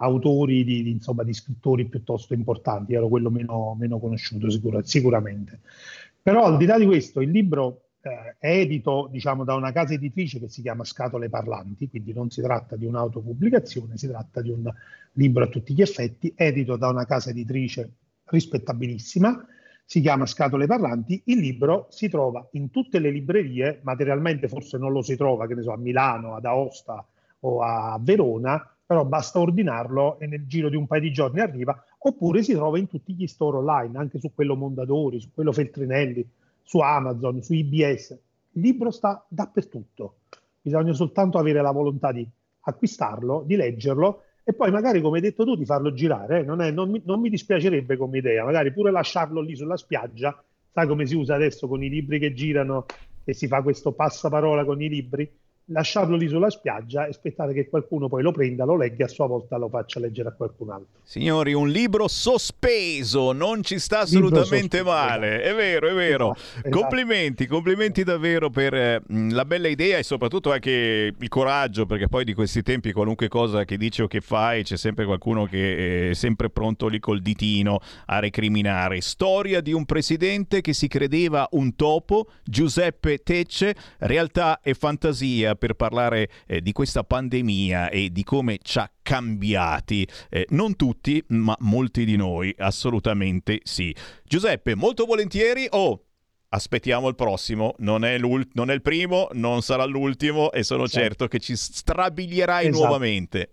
autori, insomma, di scrittori piuttosto importanti. Ero quello meno conosciuto sicuramente. Però al di là di questo, il libro è edito, diciamo, da una casa editrice che si chiama Scatole Parlanti, quindi non si tratta di un'autopubblicazione, si tratta di un libro a tutti gli effetti, edito da una casa editrice rispettabilissima, si chiama Scatole Parlanti. Il libro si trova in tutte le librerie, materialmente forse non lo si trova, che ne so, a Milano, ad Aosta o a Verona, però basta ordinarlo e nel giro di un paio di giorni arriva, oppure si trova in tutti gli store online, anche su quello Mondadori, su quello Feltrinelli, su Amazon, su IBS. Il libro sta dappertutto, bisogna soltanto avere la volontà di acquistarlo, di leggerlo e poi magari, come hai detto tu, di farlo girare. Non mi dispiacerebbe come idea, magari pure lasciarlo lì sulla spiaggia, sai come si usa adesso con i libri che girano, che si fa questo passaparola con i libri, lasciarlo lì sulla spiaggia e aspettare che qualcuno poi lo prenda, lo legga e a sua volta lo faccia leggere a qualcun altro. Signori, un libro sospeso, non ci sta assolutamente male, è vero. Esatto. Complimenti davvero per la bella idea e soprattutto anche il coraggio, perché poi di questi tempi qualunque cosa che dici o che fai c'è sempre qualcuno che è sempre pronto lì col ditino a recriminare. Storia di un presidente che si credeva un topo, Giuseppe Tecce, realtà e fantasia, per parlare di questa pandemia e di come ci ha cambiati, non tutti, ma molti di noi, assolutamente sì. Giuseppe, molto volentieri, aspettiamo il prossimo, non è il primo, non sarà l'ultimo e sono certo che ci strabilierai nuovamente.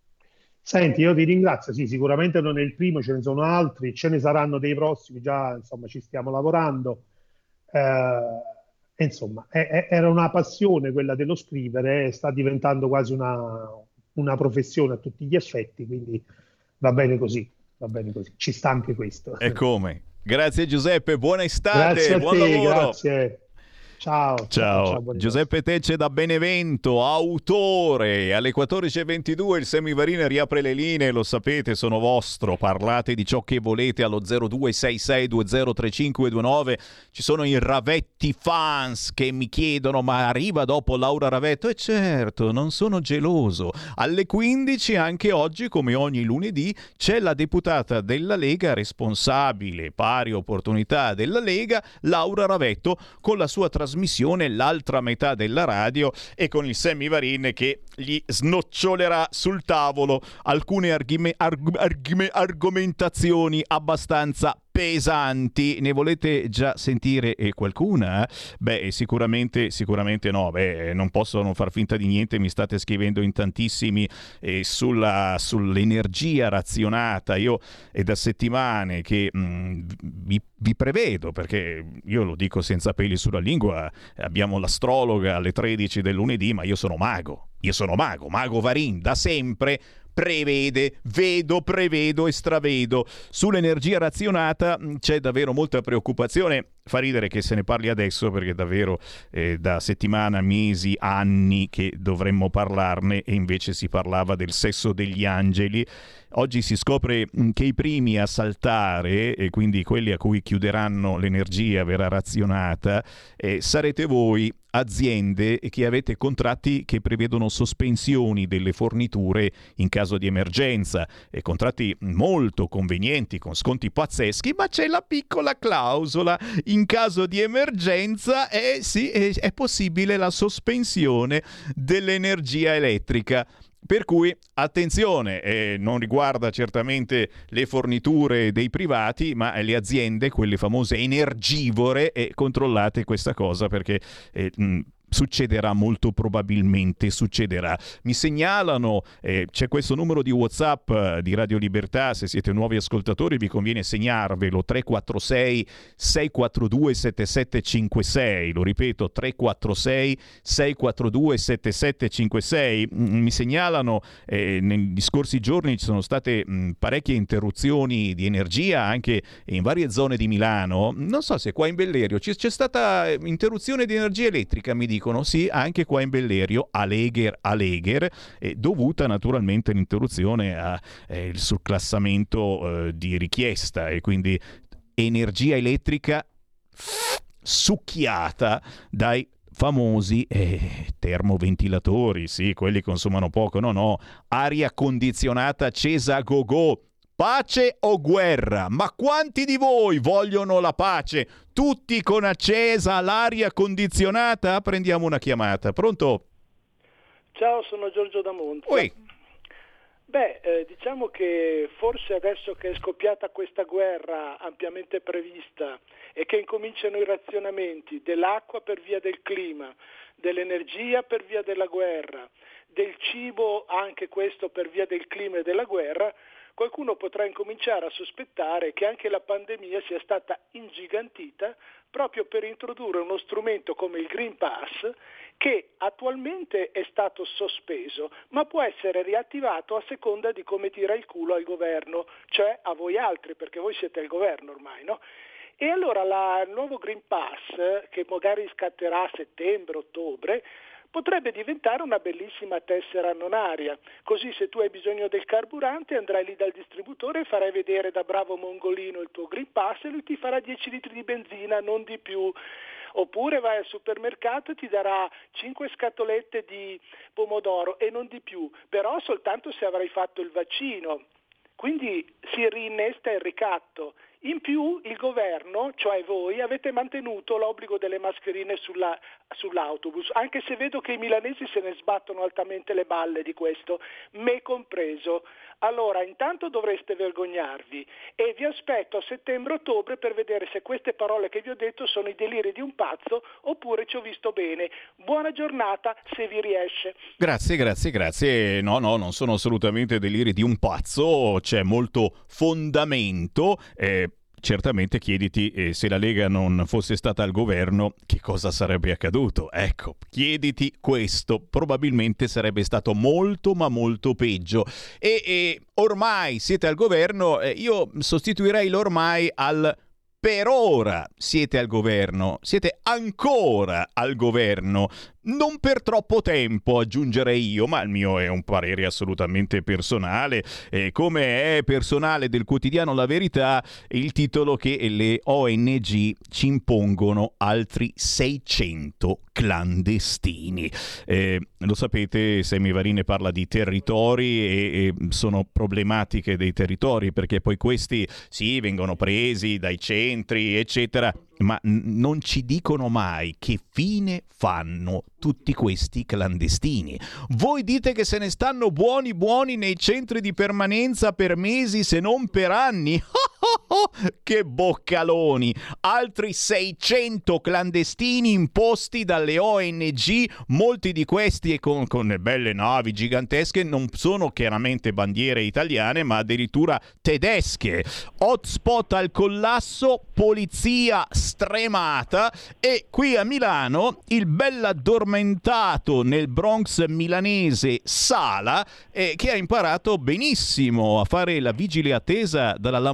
Senti, io ti ringrazio, sì, sicuramente non è il primo, ce ne sono altri, ce ne saranno dei prossimi, già insomma ci stiamo lavorando. Insomma, era una passione quella dello scrivere, sta diventando quasi una professione a tutti gli effetti, quindi va bene così, ci sta anche questo. E come? Grazie Giuseppe, buona estate, buon lavoro. Grazie. Ciao. Giuseppe Tecce da Benevento, autore. Alle 14.22 il Semivarine riapre le linee, lo sapete, sono vostro. Parlate di ciò che volete allo 0266203529. Ci sono i Ravetti fans che mi chiedono: ma arriva dopo Laura Ravetto? E certo, non sono geloso. Alle 15 anche oggi, come ogni lunedì, c'è la deputata della Lega, responsabile pari opportunità della Lega, Laura Ravetto, con la sua trasmissione L'altra metà della radio e con il Semivarin che gli snocciolerà sul tavolo alcune argomentazioni abbastanza pesanti. Ne volete già sentire qualcuna? Beh, sicuramente no. Non posso non far finta di niente, mi state scrivendo in tantissimi sull'energia razionata. Io è da settimane che vi prevedo, perché io lo dico senza peli sulla lingua, abbiamo l'astrologa alle 13 del lunedì, ma io sono mago Varin, da sempre prevedo e stravedo. Sull'energia razionata c'è davvero molta preoccupazione fa ridere che se ne parli adesso, perché davvero da settimana, mesi, anni che dovremmo parlarne, e invece si parlava del sesso degli angeli. Oggi si scopre che i primi a saltare, e quindi quelli a cui chiuderanno l'energia verrà razionata, sarete voi, aziende che avete contratti che prevedono sospensioni delle forniture in caso di emergenza, e contratti molto convenienti con sconti pazzeschi, ma c'è la piccola clausola: in caso di emergenza sì, è possibile la sospensione dell'energia elettrica. Per cui attenzione, non riguarda certamente le forniture dei privati, ma le aziende, quelle famose energivore, e controllate questa cosa, perché succederà, molto probabilmente succederà. Mi segnalano, c'è questo numero di WhatsApp di Radio Libertà, se siete nuovi ascoltatori vi conviene segnarvelo, 346 642 7756, lo ripeto, 346 642 7756. Mi segnalano, negli scorsi giorni ci sono state parecchie interruzioni di energia anche in varie zone di Milano. Non so se qua in Bellerio c'è stata interruzione di energia elettrica, mi dicono. Sì, anche qua in Bellerio, Alegher, dovuta naturalmente all'interruzione al surclassamento di richiesta, e quindi energia elettrica succhiata dai famosi termoventilatori, sì, quelli consumano poco, no, aria condizionata accesa a go-go. Pace o guerra? Ma quanti di voi vogliono la pace? Tutti con accesa l'aria condizionata? Prendiamo una chiamata. Pronto? Ciao, sono Giorgio da Monza. Diciamo che forse adesso che è scoppiata questa guerra ampiamente prevista e che incominciano i razionamenti dell'acqua per via del clima, dell'energia per via della guerra, del cibo anche questo per via del clima e della guerra, qualcuno potrà incominciare a sospettare che anche la pandemia sia stata ingigantita proprio per introdurre uno strumento come il Green Pass, che attualmente è stato sospeso, ma può essere riattivato a seconda di come tira il culo al governo, cioè a voi altri, perché voi siete al governo ormai, no? E allora il nuovo Green Pass, che magari scatterà a settembre, ottobre, potrebbe diventare una bellissima tessera annonaria, così se tu hai bisogno del carburante andrai lì dal distributore e farai vedere da bravo mongolino il tuo Green Pass e lui ti farà 10 litri di benzina, non di più. Oppure vai al supermercato e ti darà 5 scatolette di pomodoro e non di più, però soltanto se avrai fatto il vaccino. Quindi si rinnesta il ricatto. In più il governo, cioè voi, avete mantenuto l'obbligo delle mascherine sull'autobus, anche se vedo che i milanesi se ne sbattono altamente le balle di questo, me compreso. Allora, intanto dovreste vergognarvi e vi aspetto a settembre-ottobre per vedere se queste parole che vi ho detto sono i deliri di un pazzo oppure ci ho visto bene. Buona giornata, se vi riesce. Grazie. No, non sono assolutamente deliri di un pazzo, c'è molto fondamento. Certamente chiediti se la Lega non fosse stata al governo che cosa sarebbe accaduto. Ecco, chiediti questo, probabilmente sarebbe stato molto ma molto peggio. E ormai siete al governo, io sostituirei l'ormai al per ora siete al governo, siete ancora al governo. Non per troppo tempo, aggiungerei io, ma il mio è un parere assolutamente personale, come è personale del quotidiano La Verità il titolo che le ONG ci impongono altri 600 clandestini. Lo sapete, Semivarine parla di territori e sono problematiche dei territori, perché poi questi sì vengono presi dai centri eccetera, ma non ci dicono mai che fine fanno tutti questi clandestini. Voi dite che se ne stanno buoni nei centri di permanenza per mesi se non per anni. Che boccaloni! Altri 600 clandestini imposti dalle ONG, molti di questi con belle navi gigantesche, non sono chiaramente bandiere italiane ma addirittura tedesche. Hotspot al collasso, polizia stremata, e qui a Milano il bell'addormentato nel Bronx milanese Sala, che ha imparato benissimo a fare la vigile attesa dalla Lamorgese.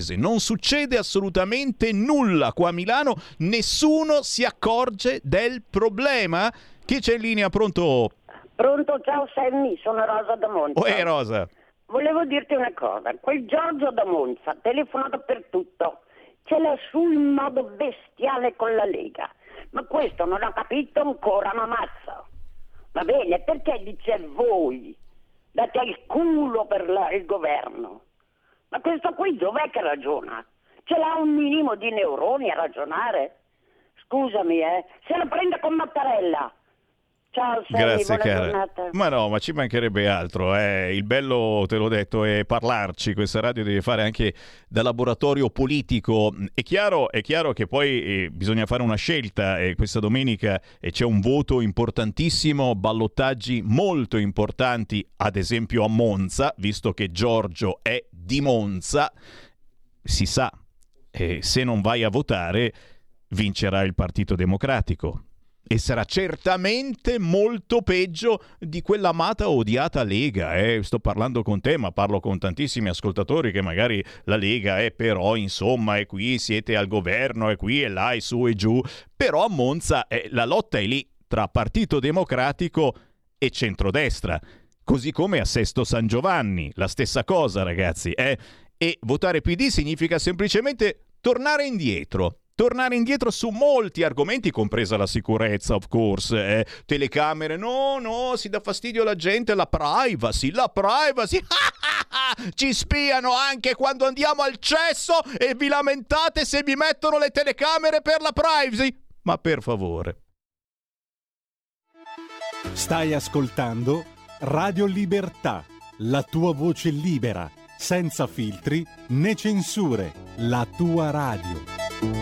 paese. Non succede assolutamente nulla qua a Milano, nessuno si accorge del problema. Chi c'è in linea? Pronto? Pronto, ciao Sammy, sono Rosa da Monza. Rosa. Volevo dirti una cosa, quel Giorgio da Monza telefona dappertutto, ce l'ha su in modo bestiale con la Lega, ma questo non ha capito ancora, ma ammazza. Va bene, perché dice voi, date il culo per il governo? Ma questo qui dov'è che ragiona? Ce l'ha un minimo di neuroni a ragionare? Scusami, se la prende con Mattarella. Ciao, grazie cara. Giornata. Ma no, ma ci mancherebbe altro. Il bello, te l'ho detto, è parlarci. Questa radio deve fare anche da laboratorio politico. È chiaro che poi bisogna fare una scelta. Questa domenica c'è un voto importantissimo, ballottaggi molto importanti, ad esempio a Monza, visto che Giorgio è di Monza. Si sa, se non vai a votare vincerà il Partito Democratico. E sarà certamente molto peggio di quella amata o odiata Lega. Sto parlando con te, ma parlo con tantissimi ascoltatori che magari la Lega è però, insomma, è qui, siete al governo, è qui e là, è su e giù. Però a Monza la lotta è lì, tra Partito Democratico e centrodestra. Così come a Sesto San Giovanni, la stessa cosa, ragazzi. E votare PD significa semplicemente tornare indietro. Tornare indietro su molti argomenti, compresa la sicurezza, of course, telecamere, no, si dà fastidio alla gente, la privacy, ci spiano anche quando andiamo al cesso e vi lamentate se vi mettono le telecamere per la privacy, ma per favore. Stai ascoltando Radio Libertà, la tua voce libera, senza filtri né censure, la tua radio.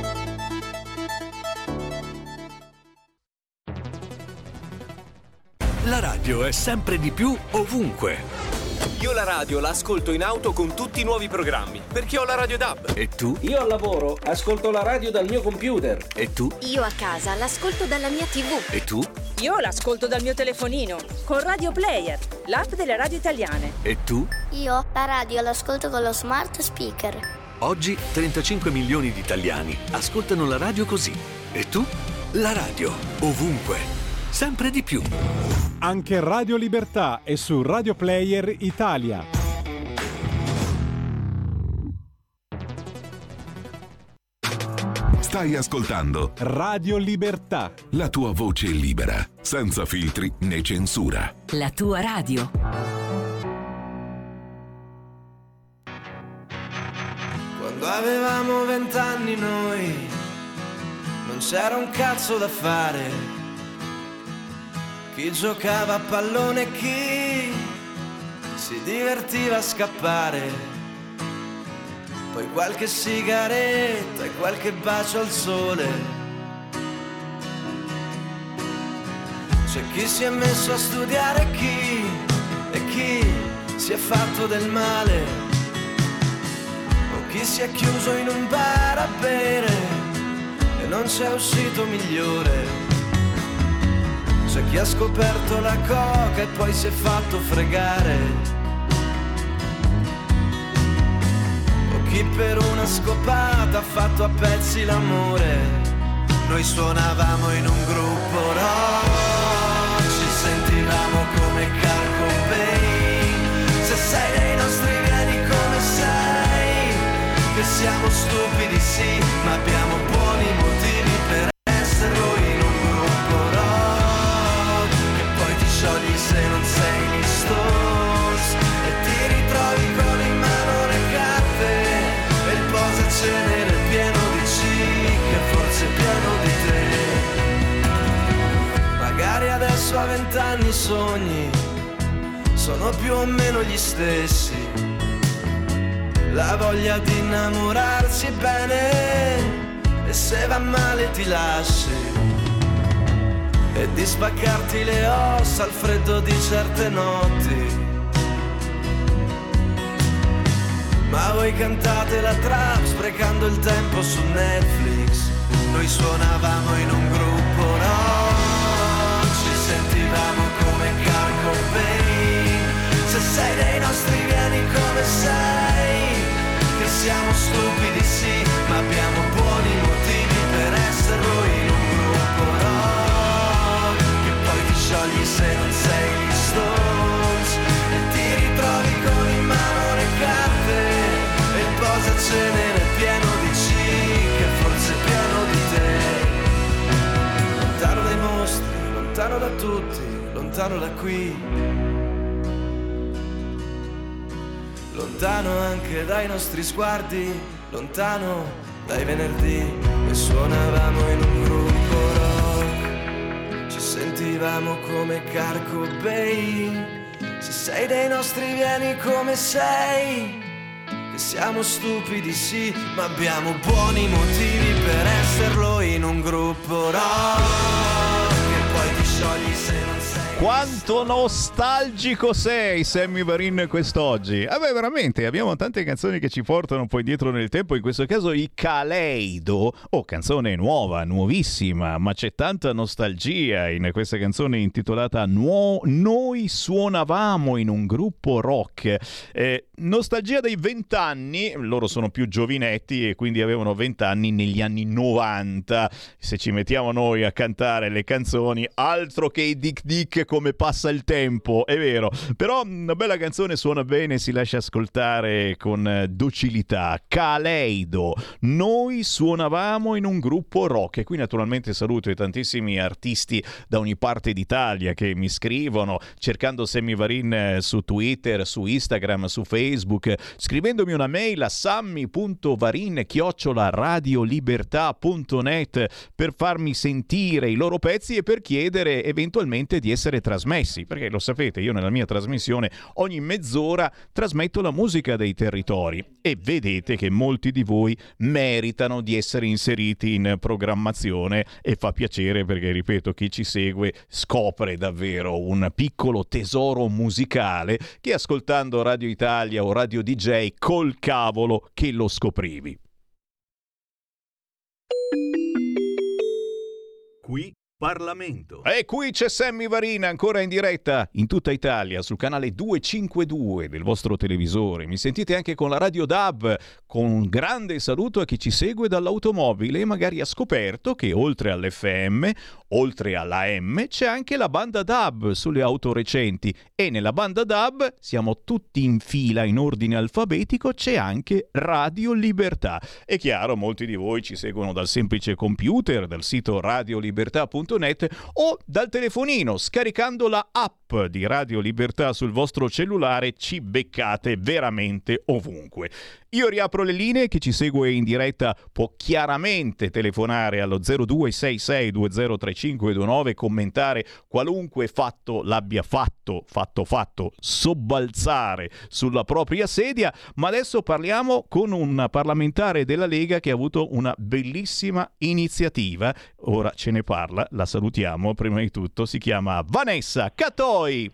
La radio è sempre di più ovunque. Io la radio la ascolto in auto con tutti i nuovi programmi, perché ho la radio DAB. E tu? Io al lavoro ascolto la radio dal mio computer. E tu? Io a casa l'ascolto dalla mia TV. E tu? Io l'ascolto dal mio telefonino, con Radio Player, l'app delle radio italiane. E tu? Io la radio l'ascolto con lo smart speaker. Oggi 35 milioni di italiani ascoltano la radio così. E tu? La radio, ovunque, sempre di più. Anche Radio Libertà è su Radio Player Italia. Stai ascoltando Radio Libertà, la tua voce libera, senza filtri né censura. La tua radio. Quando avevamo 20 anni noi non c'era un cazzo da fare. Chi giocava a pallone e chi si divertiva a scappare. Poi qualche sigaretta e qualche bacio al sole. C'è chi si è messo a studiare e chi si è fatto del male. O chi si è chiuso in un bar a bere e non c'è uscito migliore. C'è chi ha scoperto la coca e poi si è fatto fregare. O chi per una scopata ha fatto a pezzi l'amore. Noi suonavamo in un gruppo rock, ci sentivamo come Kurt Cobain. Se sei dei nostri vieni come sei, che siamo stupidi sì, ma abbiamo buoni motivi per esserlo in un gruppo rock. E poi ti sciogli se non sei gli Stones e ti ritrovi con in mano le carte e il posacenere pieno di chic e forse pieno di te. Magari adesso a 20 anni i sogni sono più o meno gli stessi. La voglia di innamorarsi bene e se va male ti lasci. E di spaccarti le ossa al freddo di certe notti. Ma voi cantate la trap sprecando il tempo su Netflix. Noi suonavamo in un gruppo rock, ci sentivamo come Kurt Cobain. Se sei dei nostri vieni come sei, che siamo stupidi cenere pieno di ciche, forse pieno di te. Lontano dai mostri, lontano da tutti, lontano da qui, lontano anche dai nostri sguardi, lontano dai venerdì. E suonavamo in un gruppo rock, ci sentivamo come Kurt Cobain. Se sei dei nostri vieni come sei, che siamo stupidi sì, ma abbiamo buoni motivi per esserlo in un gruppo rock. E poi ti sciogli se non sei. Quanto nostalgico sei, Sammy Varin, quest'oggi. Veramente, abbiamo tante canzoni che ci portano un po' indietro nel tempo, in questo caso i Kaleido. Canzone nuova, nuovissima, ma c'è tanta nostalgia in questa canzone intitolata Noi suonavamo in un gruppo rock. Nostalgia dei 20 anni, loro sono più giovinetti e quindi avevano 20 anni negli anni 90. Se ci mettiamo noi a cantare le canzoni, altro che i Dick Dick come passa il tempo, è vero, però una bella canzone, suona bene, si lascia ascoltare con docilità. Kaleido, Noi suonavamo in un gruppo rock. E qui naturalmente saluto i tantissimi artisti da ogni parte d'Italia che mi scrivono cercando Sammy Varin su Twitter, su Instagram, su Facebook, scrivendomi una mail a sammy.varin@radiolibertà.net per farmi sentire i loro pezzi e per chiedere eventualmente di essere trasmessi, perché lo sapete, io nella mia trasmissione ogni mezz'ora trasmetto la musica dei territori e vedete che molti di voi meritano di essere inseriti in programmazione e fa piacere perché, ripeto, chi ci segue scopre davvero un piccolo tesoro musicale che ascoltando Radio Italia o Radio DJ col cavolo che lo scoprivi. Qui Parlamento. E qui c'è Sammy Varin ancora in diretta in tutta Italia sul canale 252 del vostro televisore. Mi sentite anche con la radio DAB, con un grande saluto a chi ci segue dall'automobile e magari ha scoperto che oltre all'FM, oltre alla M, c'è anche la banda DAB sulle auto recenti e nella banda DAB siamo tutti in fila in ordine alfabetico, c'è anche Radio Libertà. È chiaro, molti di voi ci seguono dal semplice computer, dal sito radiolibertà.net o dal telefonino. Scaricando la app di Radio Libertà sul vostro cellulare ci beccate veramente ovunque. Io riapro le linee, chi ci segue in diretta può chiaramente telefonare allo 0266203529, commentare qualunque fatto l'abbia fatto sobbalzare sulla propria sedia, ma adesso parliamo con un parlamentare della Lega che ha avuto una bellissima iniziativa, ora ce ne parla, la salutiamo, prima di tutto si chiama Vanessa Catoi.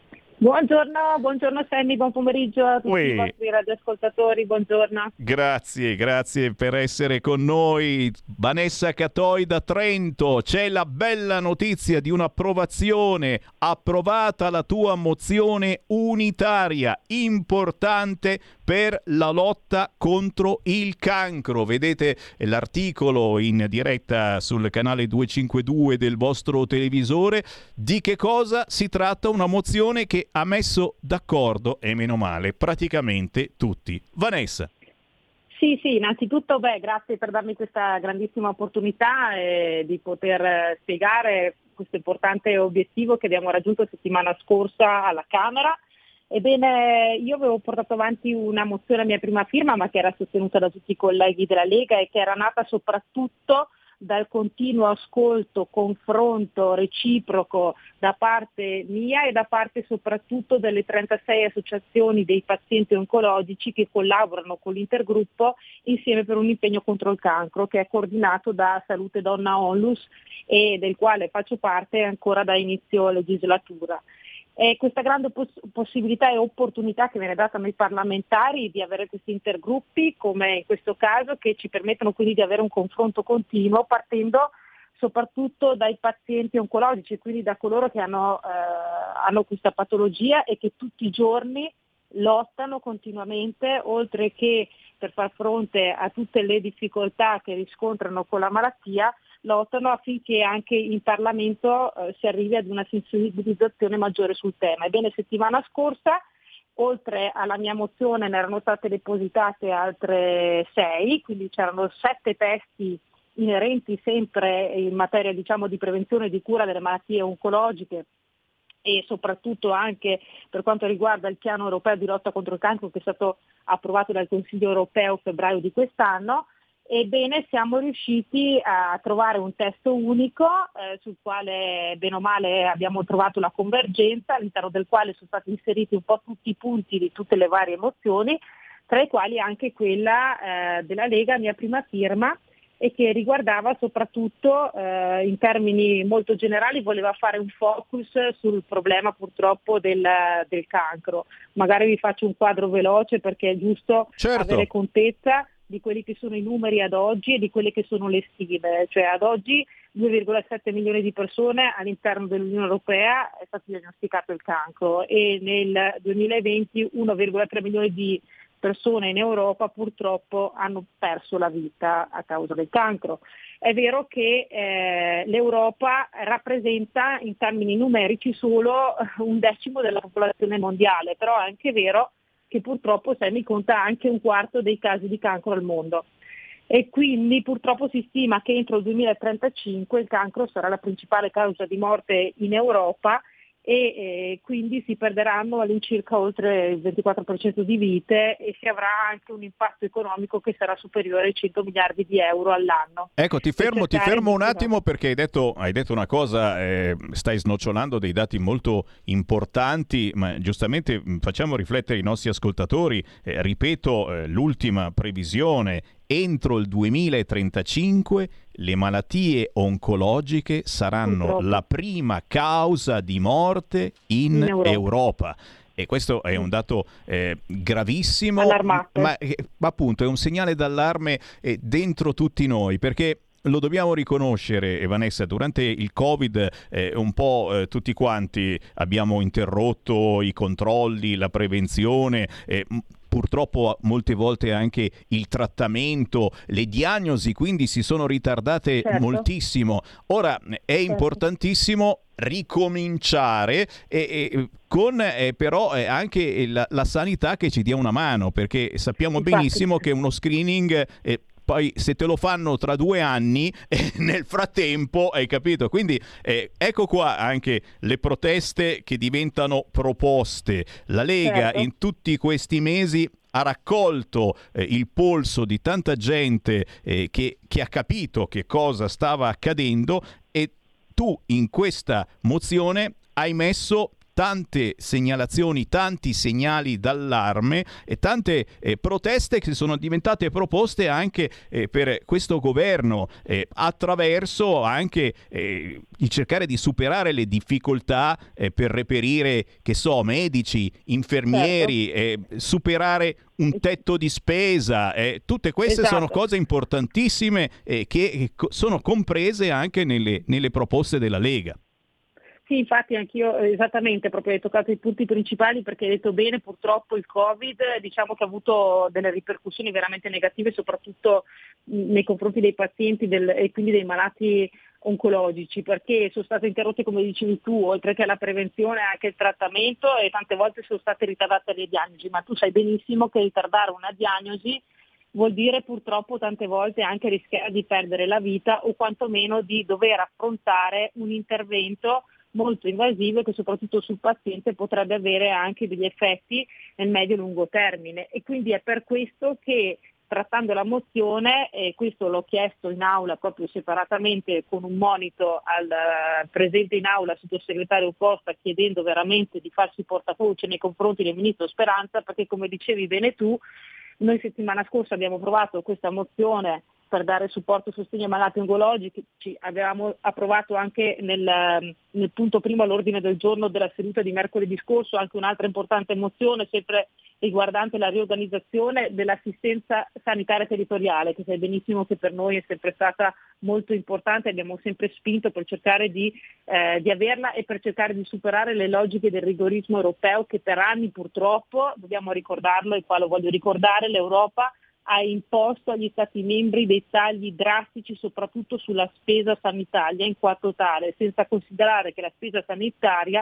Buongiorno Sammy, buon pomeriggio a tutti i vostri radioascoltatori, buongiorno. Grazie per essere con noi. Vanessa Catoi da Trento, c'è la bella notizia di un'approvazione, approvata la tua mozione unitaria, importante per la lotta contro il cancro. Vedete l'articolo in diretta sul canale 252 del vostro televisore. Di che cosa si tratta? Una mozione che ha messo d'accordo, e meno male, praticamente tutti. Vanessa. Sì, innanzitutto grazie per darmi questa grandissima opportunità di poter spiegare questo importante obiettivo che abbiamo raggiunto settimana scorsa alla Camera. Ebbene, io avevo portato avanti una mozione a mia prima firma, ma che era sostenuta da tutti i colleghi della Lega e che era nata soprattutto dal continuo ascolto, confronto reciproco da parte mia e da parte soprattutto delle 36 associazioni dei pazienti oncologici che collaborano con l'intergruppo insieme per un impegno contro il cancro, che è coordinato da Salute Donna Onlus e del quale faccio parte ancora da inizio legislatura. E questa grande possibilità e opportunità che viene data a noi parlamentari di avere questi intergruppi, come in questo caso, che ci permettono quindi di avere un confronto continuo partendo soprattutto dai pazienti oncologici, quindi da coloro che hanno questa patologia e che tutti i giorni lottano continuamente, oltre che per far fronte a tutte le difficoltà che riscontrano con la malattia, lottano affinché anche in Parlamento si arrivi ad una sensibilizzazione maggiore sul tema. Ebbene, settimana scorsa oltre alla mia mozione ne erano state depositate altre 6, quindi c'erano 7 testi inerenti sempre in materia di prevenzione e di cura delle malattie oncologiche e soprattutto anche per quanto riguarda il piano europeo di lotta contro il cancro che è stato approvato dal Consiglio europeo a febbraio di quest'anno. Ebbene, siamo riusciti a trovare un testo unico sul quale bene o male abbiamo trovato la convergenza, all'interno del quale sono stati inseriti un po' tutti i punti di tutte le varie mozioni, tra i quali anche quella della Lega, mia prima firma, e che riguardava soprattutto in termini molto generali, voleva fare un focus sul problema purtroppo del cancro. Magari vi faccio un quadro veloce perché è giusto avere contezza di quelli che sono i numeri ad oggi e di quelle che sono le stime. Cioè ad oggi 2,7 milioni di persone all'interno dell'Unione Europea è stato diagnosticato il cancro e nel 2020 1,3 milioni di persone in Europa purtroppo hanno perso la vita a causa del cancro. È vero che l'Europa rappresenta in termini numerici solo 1/10 della popolazione mondiale, però è anche vero che purtroppo SEMI conta anche 1/4 dei casi di cancro al mondo e quindi purtroppo si stima che entro il 2035 il cancro sarà la principale causa di morte in Europa e quindi si perderanno all'incirca oltre il 24% di vite e si avrà anche un impatto economico che sarà superiore ai 100 miliardi di euro all'anno. Ecco, ti fermo un attimo perché hai detto una cosa, stai snocciolando dei dati molto importanti, ma giustamente facciamo riflettere i nostri ascoltatori. Ripeto, l'ultima previsione: entro il 2035 le malattie oncologiche saranno la prima causa di morte in Europa. E questo è un dato gravissimo, ma appunto è un segnale d'allarme dentro tutti noi, perché lo dobbiamo riconoscere, Vanessa, durante il Covid un po' tutti quanti abbiamo interrotto i controlli, la prevenzione, purtroppo molte volte anche il trattamento, le diagnosi quindi si sono ritardate moltissimo. Ora è importantissimo ricominciare con però anche la sanità che ci dia una mano, perché sappiamo benissimo che uno screening poi se te lo fanno tra 2 anni nel frattempo, hai capito? Quindi ecco qua anche le proteste che diventano proposte. La Lega in tutti questi mesi ha raccolto il polso di tanta gente che ha capito che cosa stava accadendo, e tu in questa mozione hai messo tante segnalazioni, tanti segnali d'allarme e tante proteste che sono diventate proposte anche per questo governo, attraverso anche il cercare di superare le difficoltà per reperire, medici, infermieri, superare un tetto di spesa. Tutte queste sono cose importantissime che sono comprese anche nelle proposte della Lega. Sì, infatti anch'io esattamente, proprio hai toccato i punti principali, perché hai detto bene, purtroppo il Covid diciamo che ha avuto delle ripercussioni veramente negative, soprattutto nei confronti dei pazienti e quindi dei malati oncologici, perché sono state interrotte, come dicevi tu, oltre che alla prevenzione anche il trattamento, e tante volte sono state ritardate le diagnosi, ma tu sai benissimo che ritardare una diagnosi vuol dire purtroppo tante volte anche rischiare di perdere la vita o quantomeno di dover affrontare un intervento molto invasivo che soprattutto sul paziente potrebbe avere anche degli effetti nel medio-lungo termine, e quindi è per questo che, trattando la mozione, e questo l'ho chiesto in aula proprio separatamente con un monito al presente in aula sottosegretario Costa, chiedendo veramente di farsi portavoce nei confronti del ministro Speranza, perché come dicevi bene tu, noi settimana scorsa abbiamo provato questa mozione per dare supporto e sostegno ai malati oncologici. Avevamo approvato anche nel punto primo all'ordine del giorno della seduta di mercoledì scorso anche un'altra importante mozione, sempre riguardante la riorganizzazione dell'assistenza sanitaria territoriale, che sai benissimo che per noi è sempre stata molto importante, abbiamo sempre spinto per cercare di averla e per cercare di superare le logiche del rigorismo europeo che per anni purtroppo, dobbiamo ricordarlo e qua lo voglio ricordare, l'Europa ha imposto agli Stati membri dei tagli drastici soprattutto sulla spesa sanitaria in quanto tale, senza considerare che la spesa sanitaria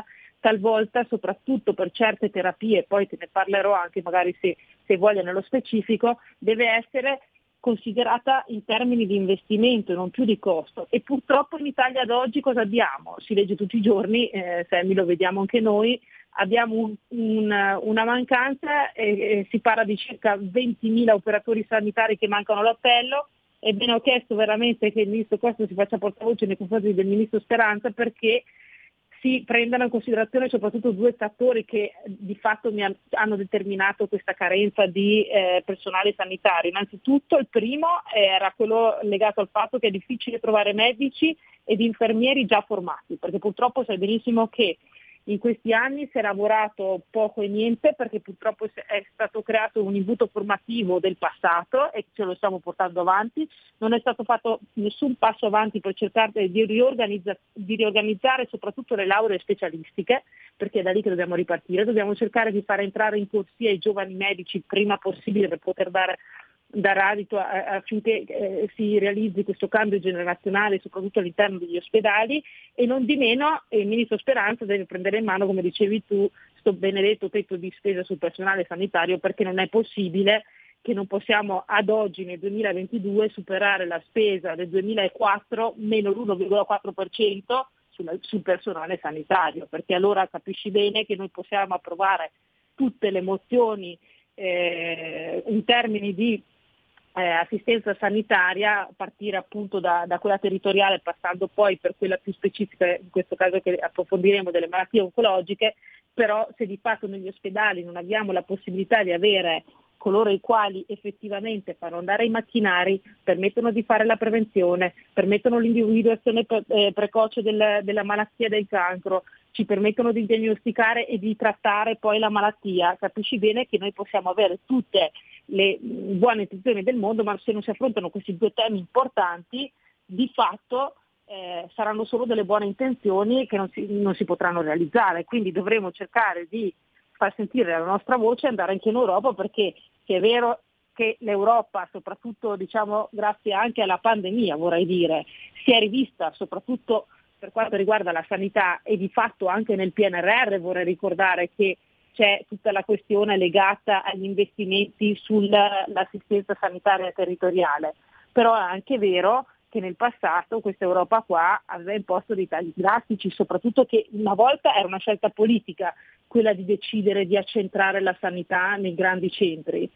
talvolta, soprattutto per certe terapie, poi te ne parlerò anche magari se voglio nello specifico, deve essere considerata in termini di investimento e non più di costo. E purtroppo in Italia ad oggi cosa abbiamo? Si legge tutti i giorni, Sammy, lo vediamo anche noi, abbiamo una mancanza e si parla di circa 20.000 operatori sanitari che mancano all'appello. Ebbene, ho chiesto veramente che il Ministro Costa si faccia portavoce nei confronti del Ministro Speranza perché si prendano in considerazione soprattutto due fattori che di fatto hanno determinato questa carenza di personale sanitario. Innanzitutto il primo era quello legato al fatto che è difficile trovare medici ed infermieri già formati, perché purtroppo sai benissimo che in questi anni si è lavorato poco e niente perché purtroppo è stato creato un imbuto formativo del passato e ce lo stiamo portando avanti. Non è stato fatto nessun passo avanti per cercare di riorganizzare soprattutto le lauree specialistiche, perché è da lì che dobbiamo ripartire. Dobbiamo cercare di far entrare in corsia i giovani medici il prima possibile per poter dare adito affinché si realizzi questo cambio generazionale soprattutto all'interno degli ospedali, e non di meno il Ministro Speranza deve prendere in mano, come dicevi tu, sto benedetto tetto di spesa sul personale sanitario, perché non è possibile che non possiamo ad oggi nel 2022 superare la spesa del 2004 meno l'1,4% sul personale sanitario, perché allora capisci bene che noi possiamo approvare tutte le mozioni in termini di assistenza sanitaria, a partire appunto da quella territoriale, passando poi per quella più specifica, in questo caso che approfondiremo, delle malattie oncologiche, però se di fatto negli ospedali non abbiamo la possibilità di avere coloro i quali effettivamente fanno andare i macchinari, permettono di fare la prevenzione, permettono l'individuazione precoce della malattia del cancro, ci permettono di diagnosticare e di trattare poi la malattia, capisci bene che noi possiamo avere tutte le buone intenzioni del mondo, ma se non si affrontano questi due temi importanti, di fatto saranno solo delle buone intenzioni che non si potranno realizzare. Quindi dovremo cercare di far sentire la nostra voce e andare anche in Europa, perché è vero che l'Europa, soprattutto diciamo grazie anche alla pandemia, vorrei dire, si è rivista soprattutto per quanto riguarda la sanità, e di fatto anche nel PNRR vorrei ricordare che c'è tutta la questione legata agli investimenti sull'assistenza sanitaria territoriale. Però è anche vero che nel passato questa Europa qua aveva imposto dei tagli drastici, soprattutto che una volta era una scelta politica quella di decidere di accentrare la sanità nei grandi centri,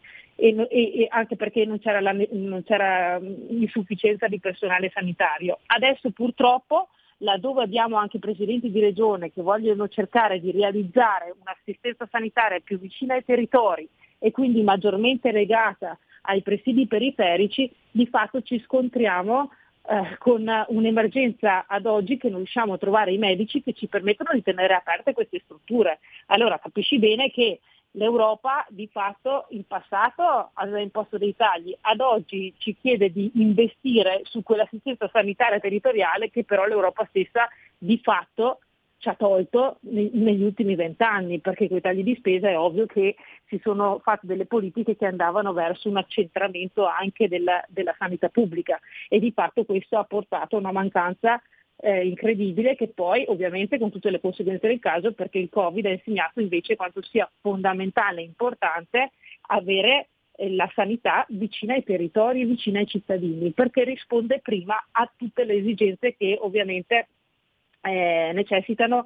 e anche perché non c'era insufficienza di personale sanitario. Adesso purtroppo, laddove abbiamo anche presidenti di regione che vogliono cercare di realizzare un'assistenza sanitaria più vicina ai territori e quindi maggiormente legata ai presidi periferici, di fatto ci scontriamo con un'emergenza ad oggi che non riusciamo a trovare i medici che ci permettono di tenere aperte queste strutture. Allora capisci bene che l'Europa di fatto in passato aveva imposto dei tagli, ad oggi ci chiede di investire su quell'assistenza sanitaria territoriale che però l'Europa stessa di fatto ci ha tolto negli ultimi 20 anni, perché con i tagli di spesa è ovvio che si sono fatte delle politiche che andavano verso un accentramento anche della sanità pubblica, e di fatto questo ha portato a una mancanza incredibile, che poi ovviamente con tutte le conseguenze del caso, perché il Covid ha insegnato invece quanto sia fondamentale e importante avere la sanità vicina ai territori, vicina ai cittadini, perché risponde prima a tutte le esigenze che ovviamente necessitano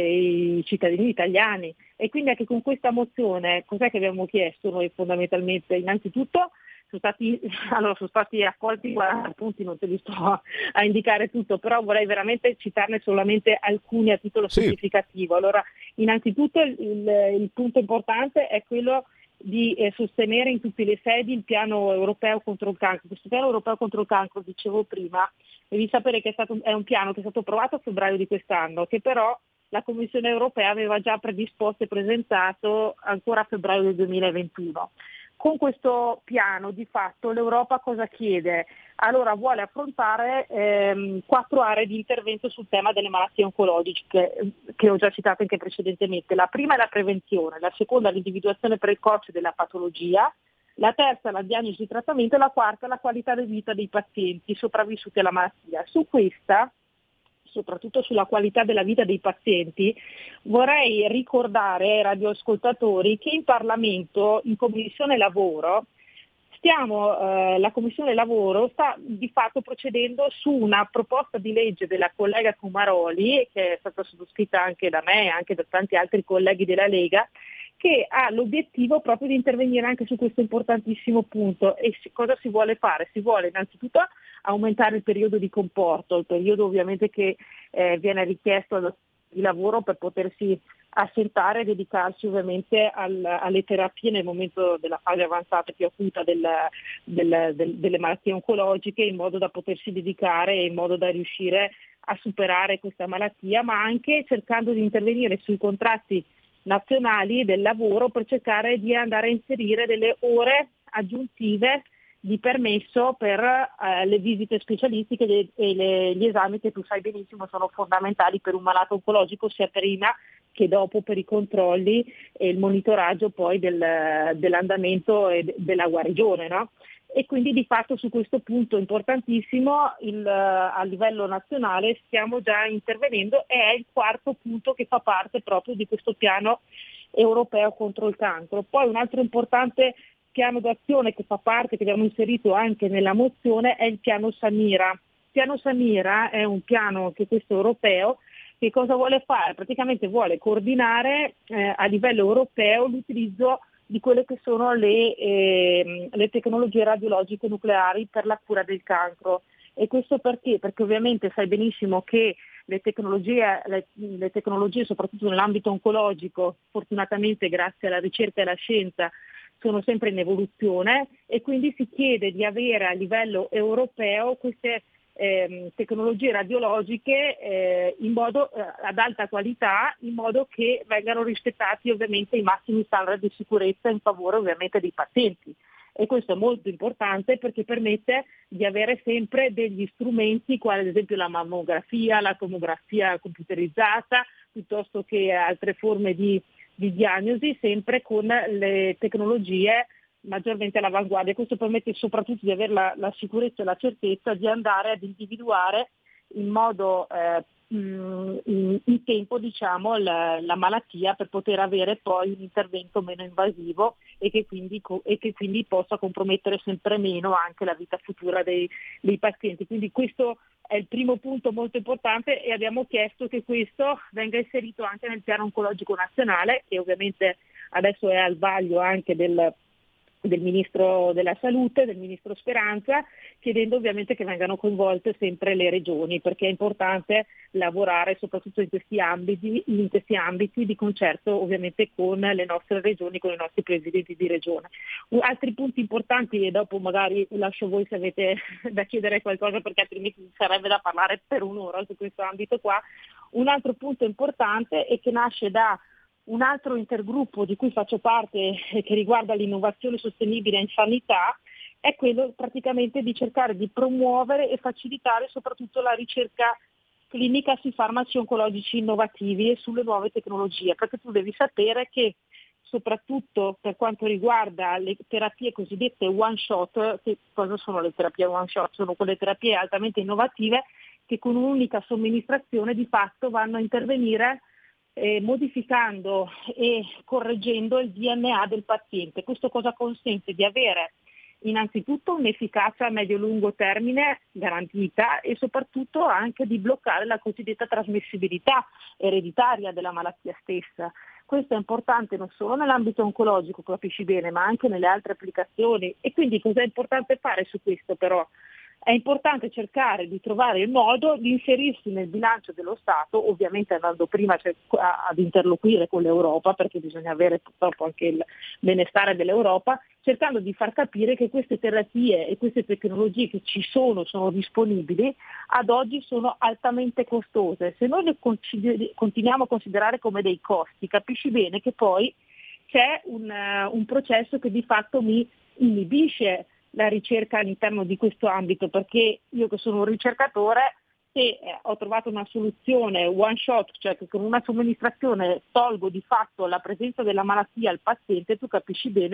i cittadini italiani. E quindi anche con questa mozione cos'è che abbiamo chiesto noi fondamentalmente? Innanzitutto sono stati accolti 40 punti, non te li sto a indicare tutto, però vorrei veramente citarne solamente alcuni a titolo significativo. Allora, innanzitutto il punto importante è quello di sostenere in tutte le sedi il piano europeo contro il cancro. Questo piano europeo contro il cancro, dicevo prima, devi sapere che è un piano che è stato approvato a febbraio di quest'anno, che però la Commissione europea aveva già predisposto e presentato ancora a febbraio del 2021. Con questo piano di fatto l'Europa cosa chiede? Allora vuole affrontare 4 aree di intervento sul tema delle malattie oncologiche che ho già citato anche precedentemente. La prima è la prevenzione, la seconda l'individuazione precoce della patologia, la terza la diagnosi e il trattamento e la quarta la qualità di vita dei pazienti sopravvissuti alla malattia. Su questa soprattutto sulla qualità della vita dei pazienti, vorrei ricordare ai radioascoltatori che in Parlamento, in Commissione Lavoro, la Commissione Lavoro sta di fatto procedendo su una proposta di legge della collega Comaroli, che è stata sottoscritta anche da me e anche da tanti altri colleghi della Lega, che ha l'obiettivo proprio di intervenire anche su questo importantissimo punto. E cosa si vuole fare? Si vuole innanzitutto aumentare il periodo di comporto, il periodo ovviamente che viene richiesto di lavoro per potersi assentare e dedicarsi ovviamente alle terapie nel momento della fase avanzata più acuta delle malattie oncologiche, in modo da potersi dedicare e in modo da riuscire a superare questa malattia, ma anche cercando di intervenire sui contratti nazionali del lavoro per cercare di andare a inserire delle ore aggiuntive di permesso per le visite specialistiche e gli esami che tu sai benissimo sono fondamentali per un malato oncologico, sia prima che dopo, per i controlli e il monitoraggio poi dell'andamento e della guarigione, no? E quindi di fatto su questo punto importantissimo a livello nazionale stiamo già intervenendo, e è il quarto punto che fa parte proprio di questo piano europeo contro il cancro. Poi un altro importante piano d'azione che fa parte, che abbiamo inserito anche nella mozione, è il piano Samira. Il piano Samira è un piano che questo europeo, che cosa vuole fare? Praticamente vuole coordinare a livello europeo l'utilizzo di quelle che sono le tecnologie radiologiche nucleari per la cura del cancro. E questo perché? Perché ovviamente sai benissimo che le tecnologie soprattutto nell'ambito oncologico, fortunatamente grazie alla ricerca e alla scienza, sono sempre in evoluzione, e quindi si chiede di avere a livello europeo queste tecnologie radiologiche ad alta qualità, in modo che vengano rispettati ovviamente i massimi standard di sicurezza in favore ovviamente dei pazienti. E questo è molto importante perché permette di avere sempre degli strumenti quali ad esempio la mammografia, la tomografia computerizzata, piuttosto che altre forme di diagnosi, sempre con le tecnologie maggiormente all'avanguardia. Questo permette soprattutto di avere la sicurezza e la certezza di andare ad individuare in modo in tempo la malattia, per poter avere poi un intervento meno invasivo e che quindi possa compromettere sempre meno anche la vita futura dei pazienti. Quindi questo è il primo punto molto importante, e abbiamo chiesto che questo venga inserito anche nel piano oncologico nazionale, che ovviamente adesso è al vaglio anche del Ministro della Salute, del Ministro Speranza, chiedendo ovviamente che vengano coinvolte sempre le regioni, perché è importante lavorare soprattutto in questi ambiti di concerto ovviamente con le nostre regioni, con i nostri presidenti di regione. Altri punti importanti, e dopo magari lascio voi se avete da chiedere qualcosa, perché altrimenti sarebbe da parlare per un'ora su questo ambito qua. Un altro punto importante è che nasce da un altro intergruppo di cui faccio parte, che riguarda l'innovazione sostenibile in sanità, è quello praticamente di cercare di promuovere e facilitare soprattutto la ricerca clinica sui farmaci oncologici innovativi e sulle nuove tecnologie, perché tu devi sapere che soprattutto per quanto riguarda le terapie cosiddette one shot, che cosa sono le terapie one shot? Sono quelle terapie altamente innovative che con un'unica somministrazione di fatto vanno a intervenire modificando e correggendo il DNA del paziente. Questo cosa consente? Di avere innanzitutto un'efficacia a medio-lungo termine garantita, e soprattutto anche di bloccare la cosiddetta trasmissibilità ereditaria della malattia stessa. Questo è importante non solo nell'ambito oncologico, capisci bene, ma anche nelle altre applicazioni. E quindi cosa è importante fare su questo però? È importante cercare di trovare il modo di inserirsi nel bilancio dello Stato, ovviamente andando prima ad interloquire con l'Europa, perché bisogna avere purtroppo anche il benestare dell'Europa, cercando di far capire che queste terapie e queste tecnologie che ci sono disponibili, ad oggi sono altamente costose. Se noi le continuiamo a considerare come dei costi, capisci bene che poi c'è un processo che di fatto mi inibisce la ricerca all'interno di questo ambito, perché io che sono un ricercatore, se ho trovato una soluzione one shot, cioè che con una somministrazione tolgo di fatto la presenza della malattia al paziente, tu capisci bene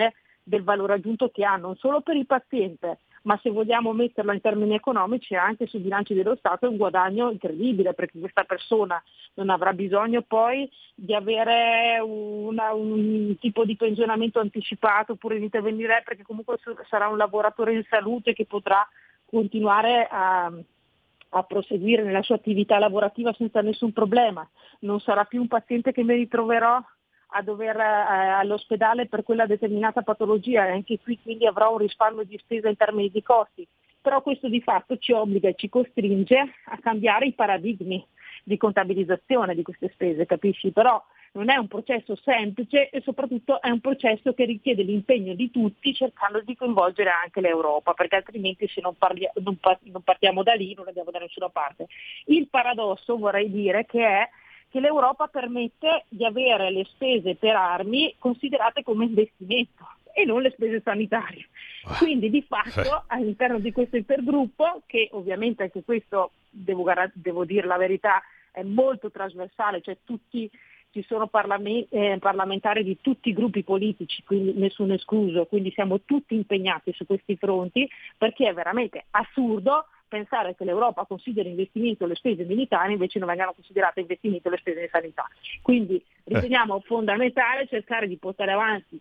del valore aggiunto che ha non solo per il paziente, ma se vogliamo metterlo in termini economici anche sui bilanci dello Stato è un guadagno incredibile, perché questa persona non avrà bisogno poi di avere un tipo di pensionamento anticipato oppure di intervenire, perché comunque sarà un lavoratore in salute che potrà continuare a proseguire nella sua attività lavorativa senza nessun problema. Non sarà più un paziente che mi ritroverò a dover all'ospedale per quella determinata patologia, e anche qui quindi avrò un risparmio di spesa in termini di costi. Però questo di fatto ci obbliga e ci costringe a cambiare i paradigmi di contabilizzazione di queste spese, capisci? Però non è un processo semplice e soprattutto è un processo che richiede l'impegno di tutti, cercando di coinvolgere anche l'Europa, perché altrimenti se non partiamo da lì non andiamo da nessuna parte. Il paradosso, vorrei dire, che l'Europa permette di avere le spese per armi considerate come investimento e non le spese sanitarie. Quindi di fatto all'interno di questo intergruppo, che ovviamente anche questo, devo dire la verità, è molto trasversale, cioè ci sono parlamentari di tutti i gruppi politici, quindi nessuno escluso, quindi siamo tutti impegnati su questi fronti, perché è veramente assurdo pensare che l'Europa consideri investimento le spese militari, invece non vengano considerate investimento le spese di sanità. Quindi riteniamo fondamentale cercare di portare avanti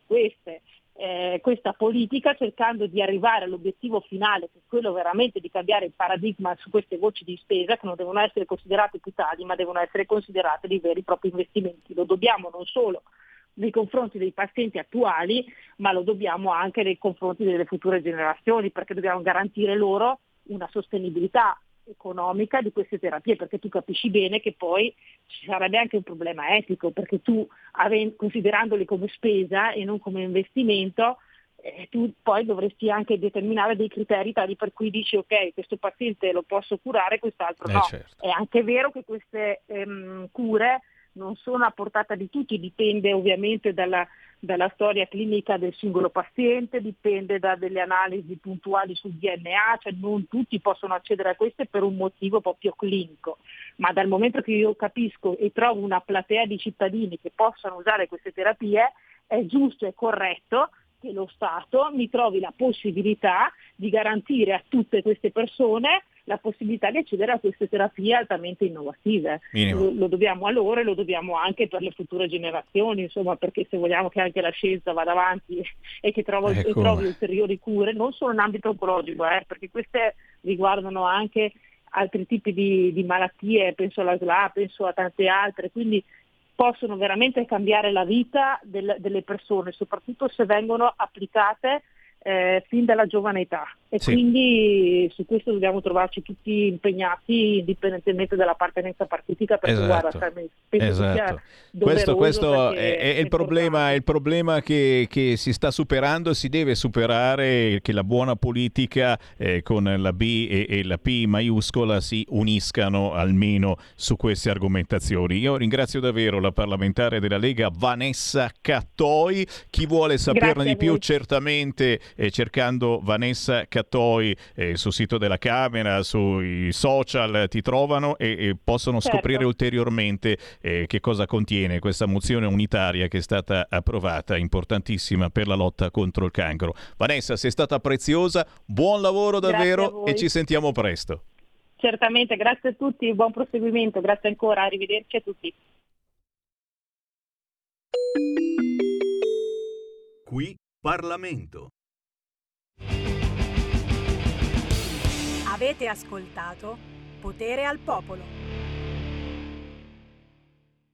questa politica, cercando di arrivare all'obiettivo finale, che è quello veramente di cambiare il paradigma su queste voci di spesa, che non devono essere considerate più tagli, ma devono essere considerate dei veri e propri investimenti. Lo dobbiamo non solo nei confronti dei pazienti attuali, ma lo dobbiamo anche nei confronti delle future generazioni, perché dobbiamo garantire loro una sostenibilità economica di queste terapie, perché tu capisci bene che poi ci sarebbe anche un problema etico, perché tu considerandoli come spesa e non come investimento, tu poi dovresti anche determinare dei criteri tali per cui dici ok, questo paziente lo posso curare, quest'altro no. Certo. È anche vero che queste cure non sono a portata di tutti, dipende ovviamente dalla storia clinica del singolo paziente, dipende da delle analisi puntuali sul DNA, cioè non tutti possono accedere a queste per un motivo proprio clinico, ma dal momento che io capisco e trovo una platea di cittadini che possano usare queste terapie, è giusto e corretto che lo Stato mi trovi la possibilità di garantire a tutte queste persone la possibilità di accedere a queste terapie altamente innovative. Lo dobbiamo a loro e lo dobbiamo anche per le future generazioni, insomma, perché se vogliamo che anche la scienza vada avanti e che trovi ulteriori cure, non solo in ambito oncologico, perché queste riguardano anche altri tipi di malattie, penso alla SLA, penso a tante altre, quindi possono veramente cambiare la vita delle persone, soprattutto se vengono applicate fin dalla giovane età, e quindi su questo dobbiamo trovarci tutti impegnati indipendentemente dall'appartenenza partitica, perché guarda, penso che sia doveroso, questo è il problema che si sta superando, si deve superare, che la buona politica con la B e la P maiuscola si uniscano almeno su queste argomentazioni. Io ringrazio davvero la parlamentare della Lega Vanessa Cattoi. Chi vuole saperne di più certamente cercando Vanessa Cattoi sul sito della Camera, sui social ti trovano e possono scoprire ulteriormente che cosa contiene questa mozione unitaria che è stata approvata, importantissima per la lotta contro il cancro. Vanessa, sei stata preziosa, buon lavoro davvero e ci sentiamo presto. Certamente, grazie a tutti, buon proseguimento, grazie ancora, arrivederci a tutti. Qui Parlamento. Avete ascoltato Potere al Popolo.